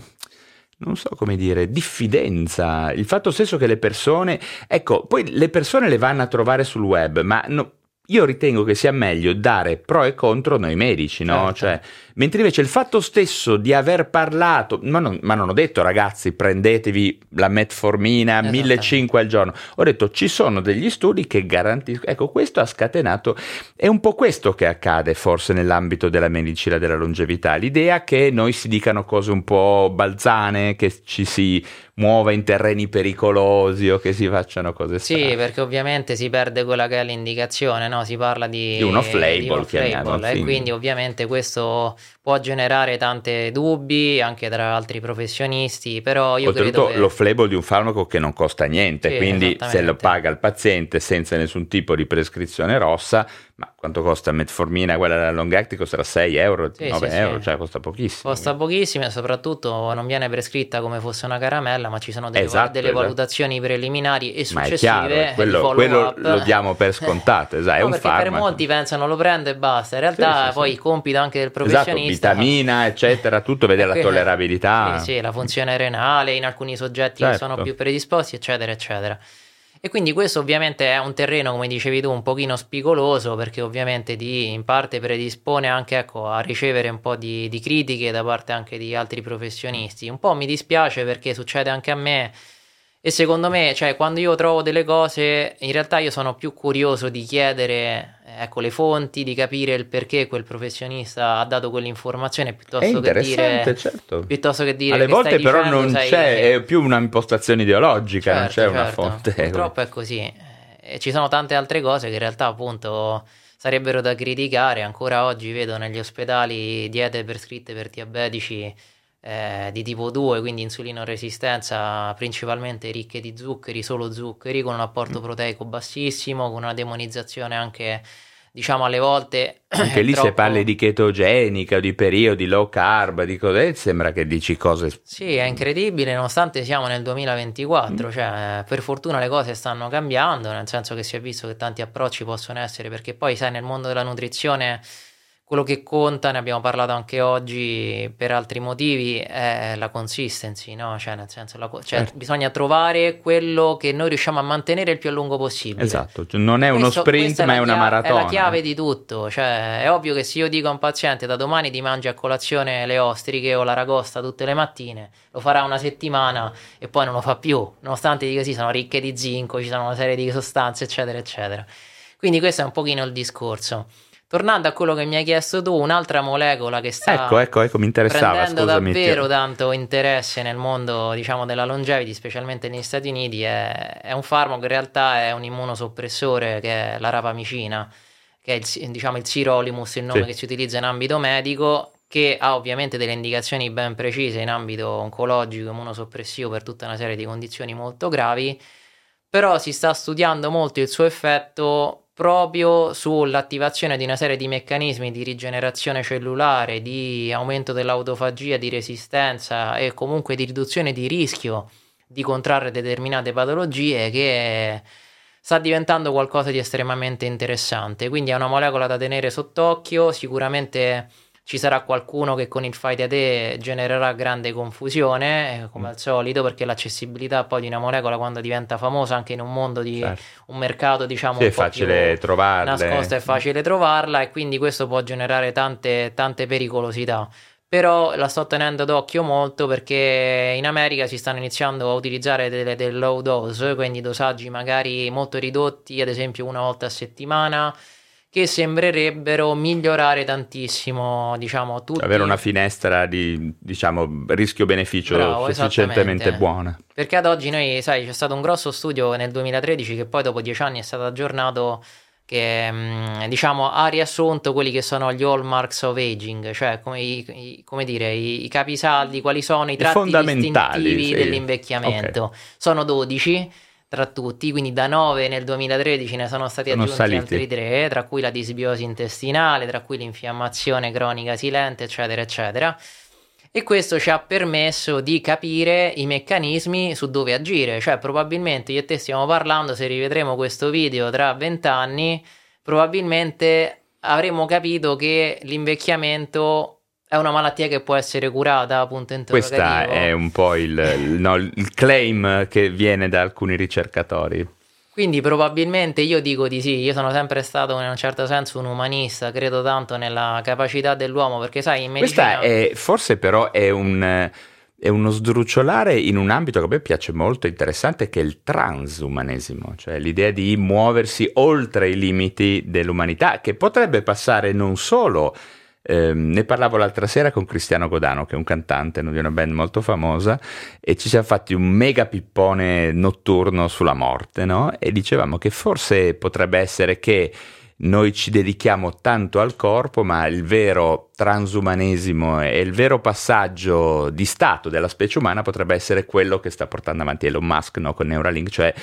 non so come dire, diffidenza. Il fatto stesso che le persone... Ecco, poi le persone le vanno a trovare sul web, ma... io ritengo che sia meglio dare pro e contro noi medici, no? Certo. Cioè, mentre invece il fatto stesso di aver parlato, ma non ho detto ragazzi prendetevi la metformina 1.500 al giorno, ho detto ci sono degli studi che garantiscono, ecco questo ha scatenato, è un po' questo che accade forse nell'ambito della medicina della longevità, l'idea che noi si dicano cose un po' balzane, che ci si muova in terreni pericolosi o che si facciano cose strane. Sì, perché ovviamente si perde quella che è l'indicazione, no? Si parla di un off-label, e quindi ovviamente questo può generare tanti dubbi anche tra altri professionisti, però io oltretutto credo che... l'off-label di un farmaco che non costa niente, sì, quindi se lo paga il paziente senza nessun tipo di prescrizione rossa, ma quanto costa metformina, quella della long acting costerà 6 euro, 9 euro, cioè costa pochissimo. Costa pochissimo e soprattutto non viene prescritta come fosse una caramella, ma ci sono delle valutazioni preliminari e successive. Quello lo diamo per scontato, esatto, è un perché farmaco. Per molti pensano lo prendo e basta, in realtà poi il compito anche del professionista, vitamina eccetera, tutto, vedere la tollerabilità, sì, la funzione renale in alcuni soggetti che sono più predisposti, eccetera eccetera. E quindi questo ovviamente è un terreno, come dicevi tu, un pochino spigoloso, perché ovviamente in parte predispone anche a ricevere un po' di critiche da parte anche di altri professionisti. Un po' mi dispiace perché succede anche a me, e secondo me, cioè, quando io trovo delle cose, in realtà io sono più curioso di chiedere le fonti, di capire il perché quel professionista ha dato quell'informazione, piuttosto che dire, certo. Piuttosto che dire alle che volte stai però dicendo, non c'è, è più una impostazione ideologica, non c'è una fonte. Purtroppo è così. E ci sono tante altre cose che in realtà appunto sarebbero da criticare. Ancora oggi vedo negli ospedali diete prescritte per diabetici di tipo 2, quindi insulinoresistenza principalmente ricche di zuccheri, solo zuccheri, con un apporto proteico bassissimo, con una demonizzazione anche, diciamo, alle volte anche lì troppo... se parli di chetogenica o di periodi low carb, di cose, sembra che dici cose... Sì, è incredibile, nonostante siamo nel 2024, cioè per fortuna le cose stanno cambiando, nel senso che si è visto che tanti approcci possono essere, perché poi sai, nel mondo della nutrizione quello che conta, ne abbiamo parlato anche oggi per altri motivi, è la consistency, no? Cioè nel senso, Certo. bisogna trovare quello che noi riusciamo a mantenere il più a lungo possibile. Esatto, non è uno sprint ma è una maratona. È la chiave di tutto, cioè è ovvio che se io dico a un paziente da domani ti mangi a colazione le ostriche o l'aragosta tutte le mattine, lo farà una settimana e poi non lo fa più, nonostante dica sì, sono ricche di zinco, ci sono una serie di sostanze, eccetera, eccetera. Quindi questo è un pochino il discorso. Tornando a quello che mi hai chiesto tu, un'altra molecola che sta ecco, mi interessava, prendendo scusami, davvero tanto interesse nel mondo, diciamo, della longevity, specialmente negli Stati Uniti, è un farmaco che in realtà è un immunosoppressore, che è la rapamicina, che è diciamo il sirolimus, il nome che si utilizza in ambito medico, che ha ovviamente delle indicazioni ben precise in ambito oncologico, immunosoppressivo per tutta una serie di condizioni molto gravi, però si sta studiando molto il suo effetto proprio sull'attivazione di una serie di meccanismi di rigenerazione cellulare, di aumento dell'autofagia, di resistenza e comunque di riduzione di rischio di contrarre determinate patologie, che sta diventando qualcosa di estremamente interessante. Quindi è una molecola da tenere sott'occhio. Sicuramente ci sarà qualcuno che con il fai da te genererà grande confusione, come al solito, perché l'accessibilità poi di una molecola, quando diventa famosa anche in un mondo di un mercato, diciamo, sì, un è po' facile più trovarle, nascosta, è facile trovarla, e quindi questo può generare tante pericolosità. Però la sto tenendo d'occhio molto, perché in America si stanno iniziando a utilizzare delle low dose, quindi dosaggi magari molto ridotti, ad esempio una volta a settimana, che sembrerebbero migliorare tantissimo, diciamo, tutti... avere una finestra di, diciamo, rischio-beneficio sufficientemente buona. Perché ad oggi noi, sai, c'è stato un grosso studio nel 2013 che poi dopo 10 anni è stato aggiornato, che diciamo ha riassunto quelli che sono gli hallmarks of aging, cioè come dire, i capisaldi, quali sono i tratti distintivi dell'invecchiamento. Okay. Sono 12 tra tutti, quindi da 9 nel 2013 ne sono stati aggiunti altri 3, tra cui la disbiosi intestinale, tra cui l'infiammazione cronica silente, eccetera, eccetera. E questo ci ha permesso di capire i meccanismi su dove agire, cioè probabilmente io e te stiamo parlando, se rivedremo questo video tra 20 anni, probabilmente avremo capito che l'invecchiamento è una malattia che può essere curata, punto interrogativo. Questa è un po' il claim che viene da alcuni ricercatori. Quindi probabilmente io dico di sì, io sono sempre stato in un certo senso un umanista, credo tanto nella capacità dell'uomo, perché sai, in medicina... Questa forse però è uno sdrucciolare in un ambito che a me piace molto, interessante, che è il transumanesimo, cioè l'idea di muoversi oltre i limiti dell'umanità, che potrebbe passare non solo... ne parlavo l'altra sera con Cristiano Godano, che è un cantante di una band molto famosa, e ci siamo fatti un mega pippone notturno sulla morte, no? E dicevamo che forse potrebbe essere che noi ci dedichiamo tanto al corpo, ma il vero transumanesimo e il vero passaggio di stato della specie umana potrebbe essere quello che sta portando avanti Elon Musk, no? Con Neuralink, cioè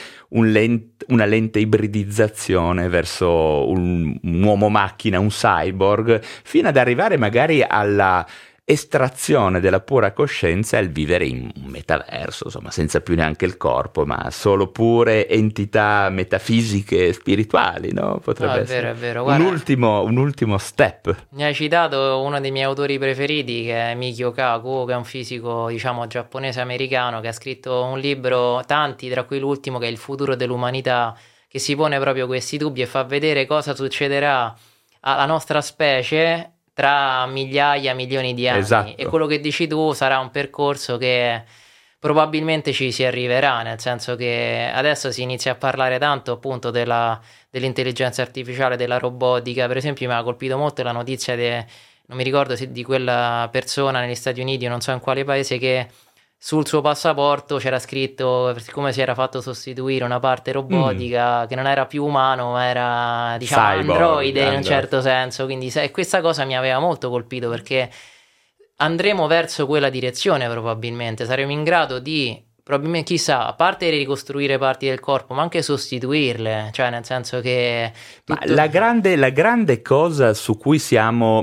una lente ibridizzazione verso un uomo-macchina, un cyborg, fino ad arrivare magari alla estrazione della pura coscienza e il vivere in un metaverso, insomma, senza più neanche il corpo, ma solo pure entità metafisiche e spirituali, no? Potrebbe essere è vero. Guarda, un ultimo step. Mi hai citato uno dei miei autori preferiti, che è Mikio Kaku, che è un fisico, diciamo, giapponese-americano, che ha scritto un libro, tanti, tra cui l'ultimo, che è Il futuro dell'umanità, che si pone proprio questi dubbi e fa vedere cosa succederà alla nostra specie tra migliaia, milioni di anni. Esatto. E quello che dici tu sarà un percorso che probabilmente ci si arriverà, nel senso che adesso si inizia a parlare tanto appunto dell'intelligenza artificiale, della robotica. Per esempio mi ha colpito molto la notizia non mi ricordo se di quella persona negli Stati Uniti o non so in quale paese, che sul suo passaporto c'era scritto, siccome si era fatto sostituire una parte robotica, che non era più umano ma era, diciamo, cyborg, androide in un certo senso. Quindi questa cosa mi aveva molto colpito, perché andremo verso quella direzione probabilmente, saremo in grado di, probabilmente, chissà, a parte ricostruire parti del corpo, ma anche sostituirle, cioè nel senso che... Ma la grande cosa su cui siamo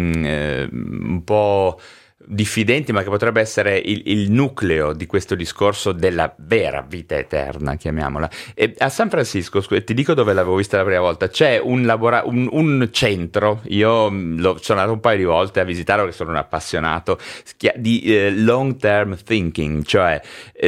un po' diffidenti, ma che potrebbe essere il nucleo di questo discorso della vera vita eterna, chiamiamola. E a San Francisco, ti dico dove l'avevo vista la prima volta, c'è un centro, io sono andato un paio di volte a visitarlo perché sono un appassionato, di long term thinking, cioè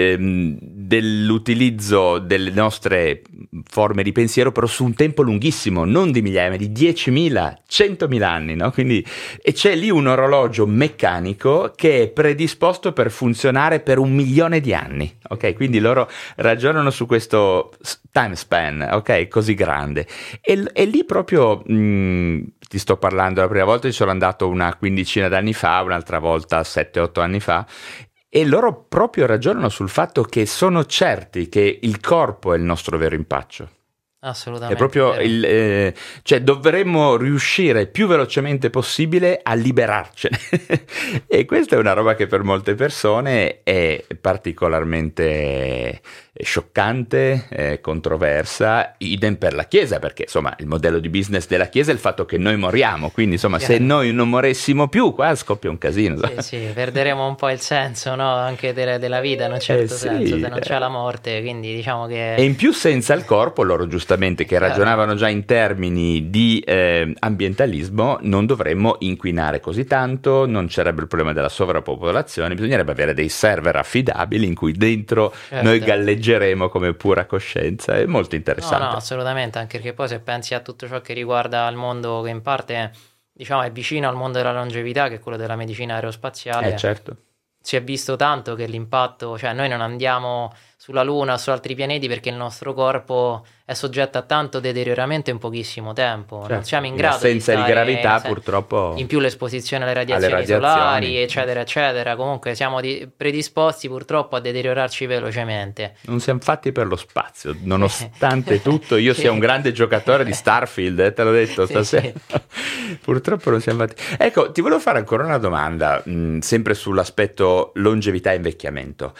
dell'utilizzo delle nostre forme di pensiero però su un tempo lunghissimo, non di migliaia, ma di 10.000, 100.000 anni, no? Quindi, e c'è lì un orologio meccanico che è predisposto per funzionare per 1 milione di anni, ok? Quindi loro ragionano su questo time span, ok? Così grande. E lì proprio, ti sto parlando, la prima volta ci sono andato una quindicina d'anni fa, un'altra volta 7-8 anni fa, e loro proprio ragionano sul fatto che sono certi che il corpo è il nostro vero impaccio. Assolutamente. È proprio cioè dovremmo riuscire più velocemente possibile a liberarcene. E questa è una roba che per molte persone è particolarmente scioccante, controversa, idem per la Chiesa, perché insomma il modello di business della Chiesa è il fatto che noi moriamo, quindi insomma se noi non morissimo più qua scoppia un casino. Sì, perderemo un po' il senso, no? Anche della vita in un certo senso, se non c'è la morte, quindi diciamo che... E in più senza il corpo, loro giustamente che ragionavano già in termini di ambientalismo, non dovremmo inquinare così tanto, non c'erebbe il problema della sovrappopolazione, bisognerebbe avere dei server affidabili in cui dentro noi galleggeremo come pura coscienza. È molto interessante. No, assolutamente, anche perché poi se pensi a tutto ciò che riguarda il mondo che in parte diciamo è vicino al mondo della longevità, che è quello della medicina aerospaziale, certo. Si è visto tanto che l'impatto, cioè noi non andiamo sulla Luna o su altri pianeti perché il nostro corpo è soggetto a tanto deterioramento in pochissimo tempo. Certo. Non siamo in grado senza di gravità purtroppo. In più l'esposizione alle radiazioni solari, eccetera, eccetera. Comunque siamo predisposti purtroppo a deteriorarci velocemente. Non siamo fatti per lo spazio, nonostante tutto. Io sia un grande giocatore di Starfield, te l'ho detto stasera. Purtroppo non siamo fatti. Ecco, ti volevo fare ancora una domanda, sempre sull'aspetto longevità e invecchiamento.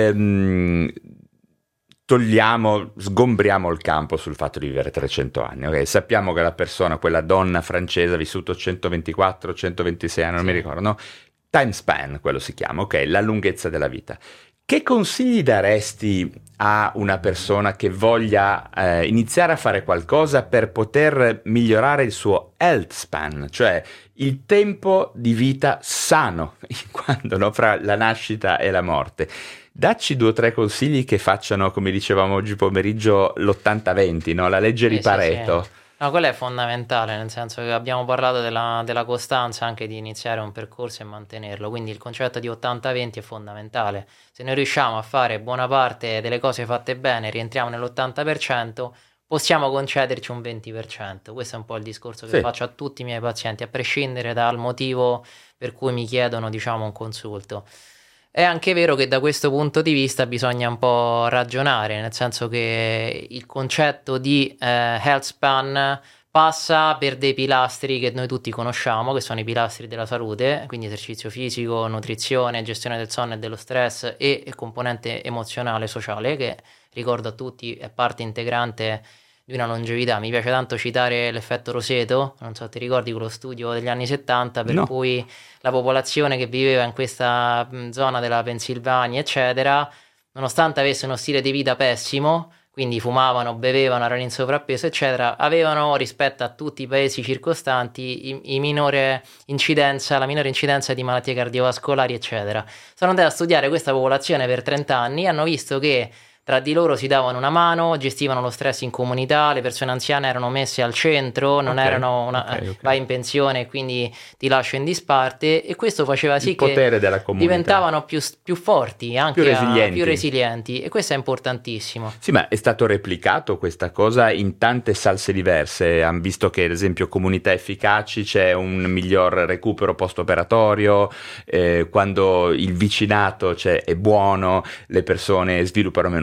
Sgombriamo il campo sul fatto di vivere 300 anni, ok? Sappiamo che la persona, quella donna francese ha vissuto 124, 126 anni, non mi ricordo, no? Time span, quello si chiama, ok? La lunghezza della vita. Che consigli daresti a una persona che voglia iniziare a fare qualcosa per poter migliorare il suo health span, cioè il tempo di vita sano, quando, no? Fra la nascita e la morte? Dacci 2 o 3 consigli che facciano, come dicevamo oggi pomeriggio, l'80-20, no? La legge di Pareto. Sì. No, quello è fondamentale, nel senso che abbiamo parlato della costanza, anche di iniziare un percorso e mantenerlo, quindi il concetto di 80-20 è fondamentale. Se noi riusciamo a fare buona parte delle cose fatte bene, rientriamo nell'80%, possiamo concederci un 20%. Questo è un po' il discorso che faccio a tutti i miei pazienti, a prescindere dal motivo per cui mi chiedono, diciamo, un consulto. È anche vero che da questo punto di vista bisogna un po' ragionare, nel senso che il concetto di health span passa per dei pilastri che noi tutti conosciamo, che sono i pilastri della salute, quindi esercizio fisico, nutrizione, gestione del sonno e dello stress e componente emozionale e sociale, che ricordo a tutti è parte integrante di una longevità. Mi piace tanto citare l'effetto Roseto, non so se ti ricordi quello studio degli anni 70 per cui la popolazione che viveva in questa zona della Pennsylvania eccetera, nonostante avesse uno stile di vita pessimo, quindi fumavano, bevevano, erano in sovrappeso eccetera, avevano rispetto a tutti i paesi circostanti la minore incidenza di malattie cardiovascolari eccetera. Sono andati a studiare questa popolazione per 30 anni e hanno visto che tra di loro si davano una mano, gestivano lo stress in comunità, le persone anziane erano messe al centro, non erano vai in pensione e quindi ti lascio in disparte, e questo faceva sì che diventavano più forti, anche più resilienti, e questo è importantissimo. Sì, ma è stato replicato questa cosa in tante salse diverse. Hanno visto che ad esempio comunità efficaci c'è un miglior recupero post-operatorio, quando il vicinato è buono, le persone sviluppano meno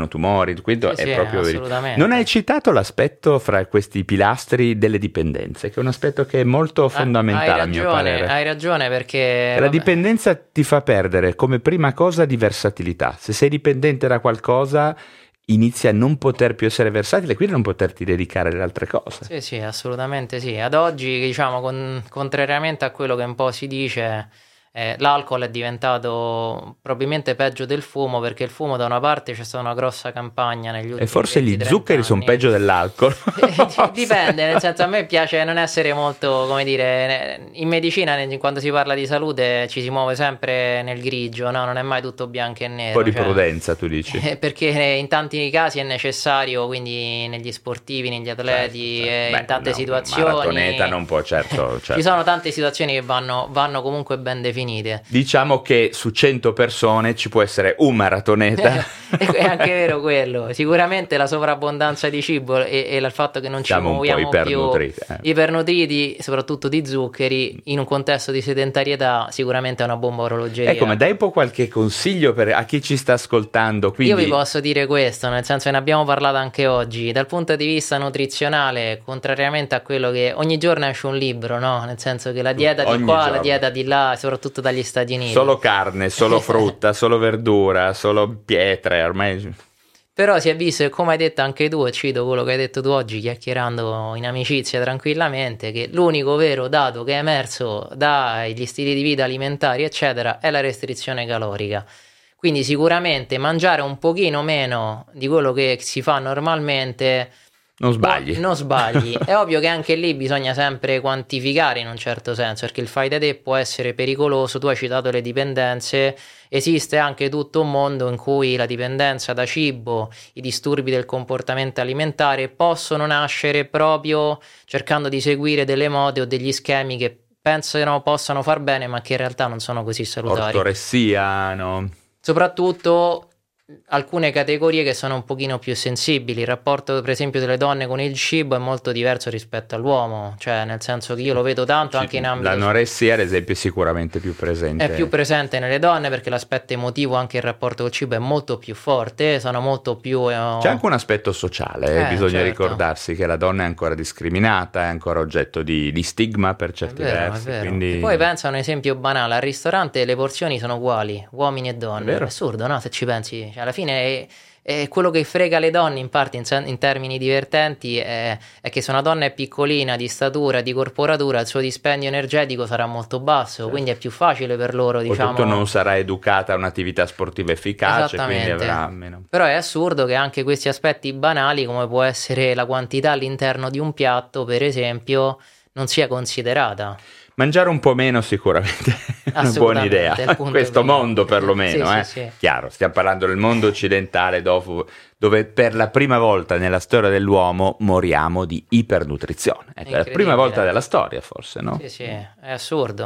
tumori, quindi è sì, proprio assolutamente. Non hai citato l'aspetto fra questi pilastri delle dipendenze, che è un aspetto che è molto fondamentale a mio parere. Hai ragione perché... La dipendenza ti fa perdere come prima cosa di versatilità. Se sei dipendente da qualcosa inizi a non poter più essere versatile, quindi non poterti dedicare alle altre cose. Sì, assolutamente sì. Ad oggi, diciamo, contrariamente a quello che un po' si dice, l'alcol è diventato probabilmente peggio del fumo, perché il fumo da una parte c'è stata una grossa campagna negli ultimi E forse gli 20-30 zuccheri sono anni. peggio dell'alcol. Dipende, nel senso a me piace non essere molto, come dire, in medicina quando si parla di salute ci si muove sempre nel grigio, no? Non è mai tutto bianco e nero. Un po' di prudenza, tu dici. Perché in tanti casi è necessario, quindi negli sportivi, negli atleti, in tante situazioni. Un maratoneta non può, certo. Ci sono tante situazioni che vanno comunque ben definite. Diciamo che su 100 persone ci può essere un maratoneta. È anche vero quello. Sicuramente la sovrabbondanza di cibo e il fatto che non ci muoviamo più ipernutriti, soprattutto di zuccheri, in un contesto di sedentarietà, sicuramente è una bomba orologeria. Ecco, ma dai un po' qualche consiglio a chi ci sta ascoltando? Quindi... Io vi posso dire questo, nel senso che ne abbiamo parlato anche oggi, dal punto di vista nutrizionale, contrariamente a quello che ogni giorno esce un libro, no? Nel senso che la dieta di qua, la dieta di là, soprattutto dagli Stati Uniti. Solo carne, solo frutta, solo verdura, solo pietre, ormai... Però si è visto, e come hai detto anche tu, e cito quello che hai detto tu oggi, chiacchierando in amicizia tranquillamente, che l'unico vero dato che è emerso dagli stili di vita alimentari, eccetera, è la restrizione calorica. Quindi sicuramente mangiare un pochino meno di quello che si fa normalmente... Non sbagli. Non sbagli. È ovvio che anche lì bisogna sempre quantificare in un certo senso, perché il fai da te può essere pericoloso. Tu hai citato le dipendenze, esiste anche tutto un mondo in cui la dipendenza da cibo, i disturbi del comportamento alimentare possono nascere proprio cercando di seguire delle mode o degli schemi che pensano possano far bene, ma che in realtà non sono così salutari. Ortoressia, no? Soprattutto alcune categorie che sono un pochino più sensibili. Il rapporto per esempio delle donne con il cibo è molto diverso rispetto all'uomo, cioè nel senso che io lo vedo tanto anche in ambito... L'anoressia ad esempio è sicuramente più presente. È più presente nelle donne perché l'aspetto emotivo, anche il rapporto col cibo è molto più forte, sono molto più... C'è anche un aspetto sociale, bisogna ricordarsi che la donna è ancora discriminata, è ancora oggetto di stigma per certi versi. Quindi... E poi pensa a un esempio banale, al ristorante le porzioni sono uguali, uomini e donne, è assurdo, no? Se ci pensi, alla fine è quello che frega le donne in parte in termini divertenti è che se una donna è piccolina, di statura, di corporatura, il suo dispendio energetico sarà molto basso, certo. Quindi è più facile per loro, diciamo... Soprattutto non sarà educata a un'attività sportiva efficace, quindi avrà meno... Però è assurdo che anche questi aspetti banali, come può essere la quantità all'interno di un piatto, per esempio, non sia considerata. Mangiare un po' meno sicuramente è una buona idea, in questo mondo perlomeno. Sì. Chiaro, stiamo parlando del mondo occidentale dove per la prima volta nella storia dell'uomo moriamo di ipernutrizione. È la prima volta della storia forse, no? Sì, è assurdo,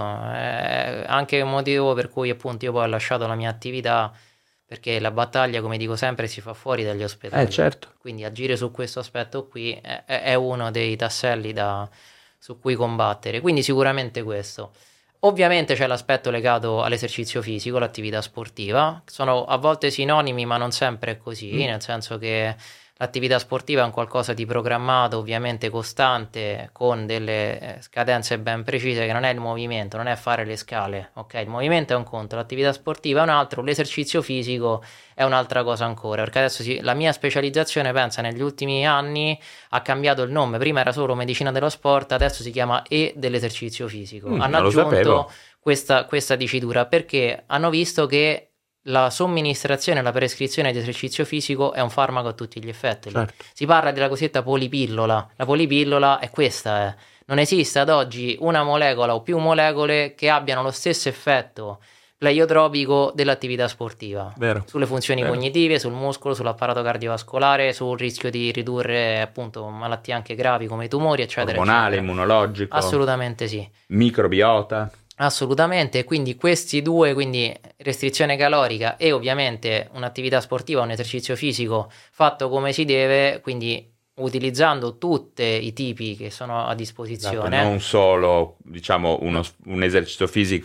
è anche un motivo per cui appunto io poi ho lasciato la mia attività, perché la battaglia, come dico sempre, si fa fuori dagli ospedali. Certo. Quindi agire su questo aspetto qui è uno dei tasselli su cui combattere, quindi sicuramente questo. Ovviamente c'è l'aspetto legato all'esercizio fisico, l'attività sportiva, sono a volte sinonimi ma non sempre è così, nel senso che l'attività sportiva è un qualcosa di programmato, ovviamente costante, con delle scadenze ben precise, che non è il movimento, non è fare le scale, ok? Il movimento è un conto, l'attività sportiva è un altro, l'esercizio fisico è un'altra cosa ancora, perché adesso la mia specializzazione, pensa, negli ultimi anni ha cambiato il nome, prima era solo medicina dello sport, adesso si chiama dell'esercizio fisico. Hanno aggiunto questa dicitura perché hanno visto che la somministrazione e la prescrizione di esercizio fisico è un farmaco a tutti gli effetti. Certo. Si parla della cosiddetta polipillola. La polipillola è questa. Non esiste ad oggi una molecola o più molecole che abbiano lo stesso effetto pleiotropico dell'attività sportiva. Vero. Sulle funzioni cognitive, sul muscolo, sull'apparato cardiovascolare, sul rischio di ridurre appunto malattie anche gravi come i tumori, eccetera. Ormonale, eccetera. immunologico. Assolutamente sì. Microbiota. Assolutamente, quindi questi due, quindi restrizione calorica e ovviamente un'attività sportiva, un esercizio fisico fatto come si deve, quindi utilizzando tutti i tipi che sono a disposizione. Esatto, non solo, diciamo, un esercizio fisico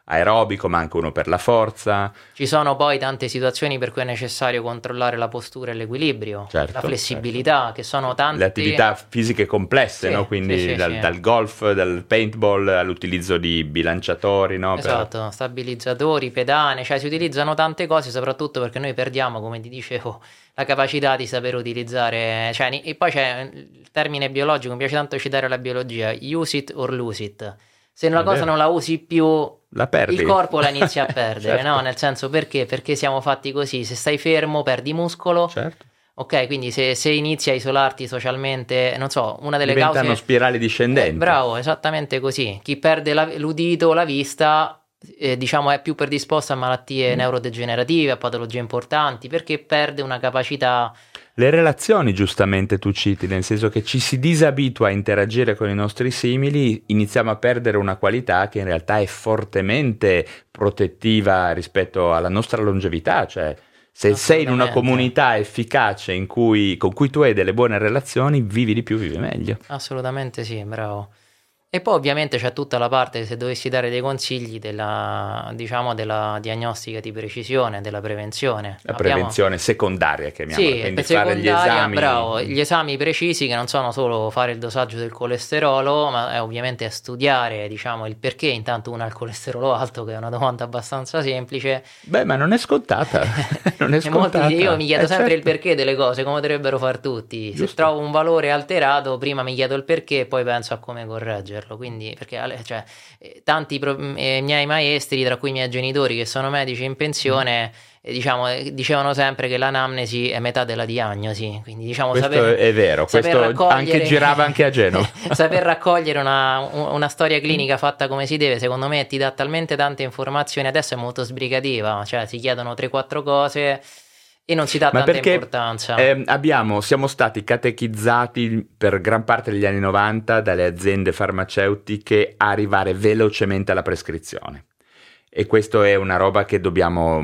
aerobico, ma anche uno per la forza. Ci sono poi tante situazioni per cui è necessario controllare la postura e l'equilibrio, Certo, la flessibilità, che sono tante... Le attività fisiche complesse, Sì, no? Quindi sì, dal golf, dal paintball all'utilizzo di bilanciatori, no? Esatto, stabilizzatori, pedane, cioè si utilizzano tante cose, soprattutto perché noi perdiamo, come ti dicevo, la capacità di saper utilizzare, cioè, e poi c'è il termine biologico, mi piace tanto citare la biologia, use it or lose it. Se una cosa non la usi più, la perdi. Il corpo la inizia a perdere, Certo. no? Nel senso, perché? Perché siamo fatti così, se stai fermo perdi muscolo. Certo. Ok, quindi se inizi a isolarti socialmente, non so, una delle diventano cause... spirali discendenti. Bravo, esattamente così. Chi perde l'udito, la vista, diciamo è più predisposto a malattie neurodegenerative, a patologie importanti, perché perde una capacità... Le relazioni, giustamente tu citi, nel senso che ci si disabitua a interagire con i nostri simili, iniziamo a perdere una qualità che in realtà è fortemente protettiva rispetto alla nostra longevità, cioè se sei in una comunità efficace con cui tu hai delle buone relazioni, vivi di più, vivi meglio. Assolutamente sì, bravo. E poi ovviamente c'è tutta la parte, se dovessi dare dei consigli, della diagnostica di precisione, della prevenzione. La prevenzione secondaria, chiamiamola, sì, quindi fare gli esami. Bravo, gli esami precisi che non sono solo fare il dosaggio del colesterolo, ma è ovviamente studiare, diciamo, il perché intanto uno ha il colesterolo alto, che è una domanda abbastanza semplice. Beh, ma non è scontata, non è scontata. Io mi chiedo sempre certo. il perché delle cose, come dovrebbero far tutti. Giusto. Se trovo un valore alterato, prima mi chiedo il perché e poi penso a come correggerlo. Quindi, perché cioè, tanti miei maestri, tra cui i miei genitori che sono medici in pensione, dicevano sempre che l'anamnesi è metà della diagnosi. Quindi, diciamo, questo è vero, questo anche girava anche a Genova. Saper raccogliere una storia clinica fatta come si deve, secondo me ti dà talmente tante informazioni. Adesso è molto sbrigativa, cioè si chiedono 3-4 cose e non si dà tanta importanza. Siamo stati catechizzati per gran parte degli anni 90 dalle aziende farmaceutiche a arrivare velocemente alla prescrizione. E questo è una roba che dobbiamo,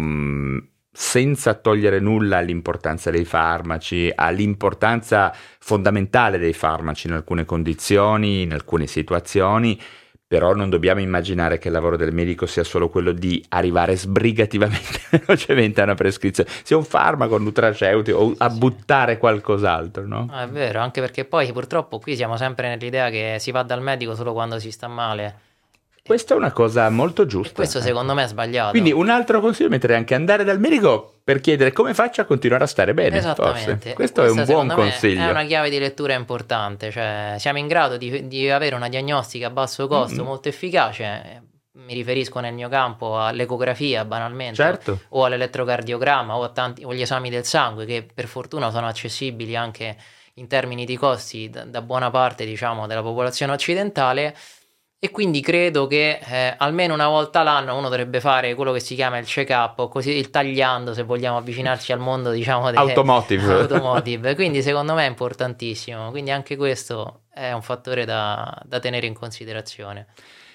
senza togliere nulla all'importanza dei farmaci, all'importanza fondamentale dei farmaci in alcune condizioni, in alcune situazioni, però non dobbiamo immaginare che il lavoro del medico sia solo quello di arrivare sbrigativamente velocemente a una prescrizione, sia un farmaco, un nutraceutico o a buttare qualcos'altro, no? È vero, anche perché poi purtroppo qui siamo sempre nell'idea che si va dal medico solo quando si sta male. Questa è una cosa molto giusta. E questo secondo me è sbagliato. Quindi un altro consiglio mettere anche andare dal medico per chiedere come faccio a continuare a stare bene. Esattamente. Forse. Questo è un buon consiglio. È una chiave di lettura importante, cioè siamo in grado di avere una diagnostica a basso costo molto efficace. Mi riferisco nel mio campo all'ecografia banalmente, certo, o all'elettrocardiogramma o agli esami del sangue, che per fortuna sono accessibili anche in termini di costi da buona parte, diciamo, della popolazione occidentale. E quindi credo che almeno una volta l'anno uno dovrebbe fare quello che si chiama il check-up, o così il tagliando, se vogliamo avvicinarci al mondo, diciamo, automotive. Quindi secondo me è importantissimo. Quindi anche questo è un fattore da tenere in considerazione.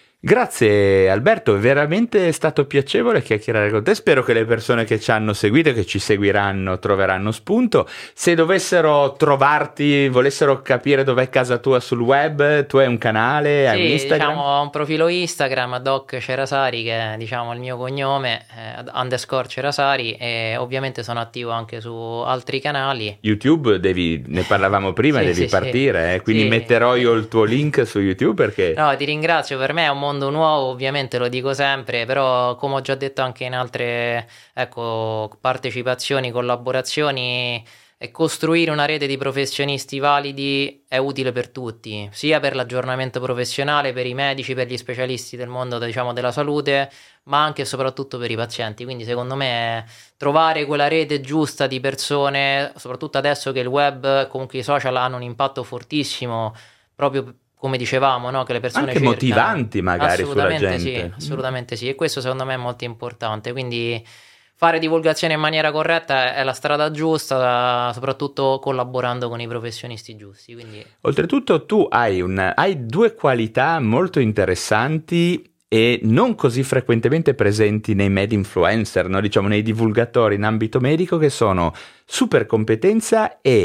Grazie Alberto, è veramente stato piacevole chiacchierare con te. Spero che le persone che ci hanno seguito e che ci seguiranno troveranno spunto. Se dovessero trovarti, volessero capire dov'è casa tua sul web, tu hai un canale, hai un Instagram? Diciamo, ho un profilo Instagram, Doc Cerasari, che è, diciamo, il mio cognome, _Cerasari, e ovviamente sono attivo anche su altri canali. YouTube, ne parlavamo prima, devi partire, quindi metterò io il tuo link su YouTube perché... No, ti ringrazio, per me è un mondo nuovo, ovviamente lo dico sempre, però come ho già detto anche in altre partecipazioni, collaborazioni, costruire una rete di professionisti validi è utile per tutti, sia per l'aggiornamento professionale, per i medici, per gli specialisti del mondo, diciamo, della salute, ma anche e soprattutto per i pazienti. Quindi secondo me trovare quella rete giusta di persone, soprattutto adesso che il web, comunque i social hanno un impatto fortissimo, proprio come dicevamo, no? Che le persone anche motivanti magari sulla gente. Sì, assolutamente sì, e questo secondo me è molto importante, quindi fare divulgazione in maniera corretta è la strada giusta, soprattutto collaborando con i professionisti giusti. Quindi... Oltretutto tu hai due qualità molto interessanti e non così frequentemente presenti nei med influencer, no? Diciamo nei divulgatori in ambito medico, che sono super competenza e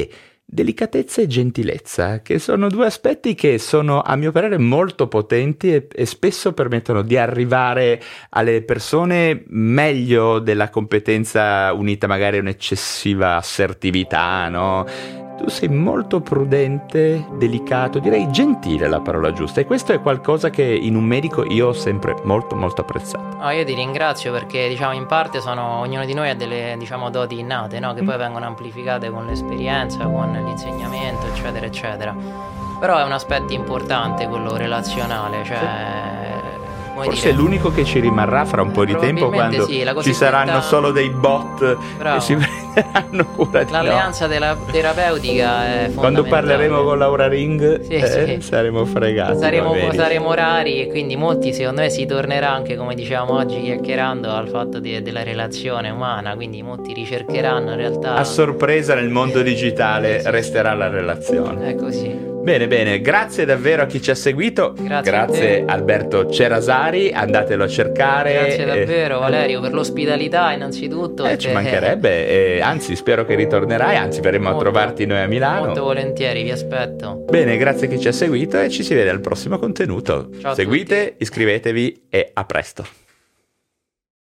delicatezza e gentilezza, che sono due aspetti che sono, a mio parere, molto potenti e spesso permettono di arrivare alle persone meglio della competenza unita magari a un'eccessiva assertività, no? Tu sei molto prudente, delicato, direi gentile è la parola giusta, e questo è qualcosa che in un medico io ho sempre molto molto apprezzato. Io ti ringrazio perché diciamo in parte ognuno di noi ha delle diciamo doti innate, no? Che poi vengono amplificate con l'esperienza, con l'insegnamento, eccetera eccetera. Però è un aspetto importante quello relazionale, forse è l'unico che ci rimarrà fra un po' di tempo, quando ci saranno solo dei bot che si prenderanno cura di noi. L'alleanza terapeutica è fondamentale. Quando parleremo con Laura Ring saremo fregati. Saremo rari, e quindi molti secondo me si tornerà anche, come dicevamo oggi chiacchierando, al fatto della relazione umana, quindi molti ricercheranno in realtà. A sorpresa nel mondo digitale resterà la relazione. È così. Bene, grazie davvero a chi ci ha seguito, grazie Alberto Cerasari, andatelo a cercare. Grazie davvero Valerio per l'ospitalità innanzitutto. Ci mancherebbe, anzi spero che ritornerai, anzi verremo a trovarti noi a Milano. Molto volentieri, vi aspetto. Bene, grazie a chi ci ha seguito e ci si vede al prossimo contenuto. Ciao Seguite, iscrivetevi e a presto.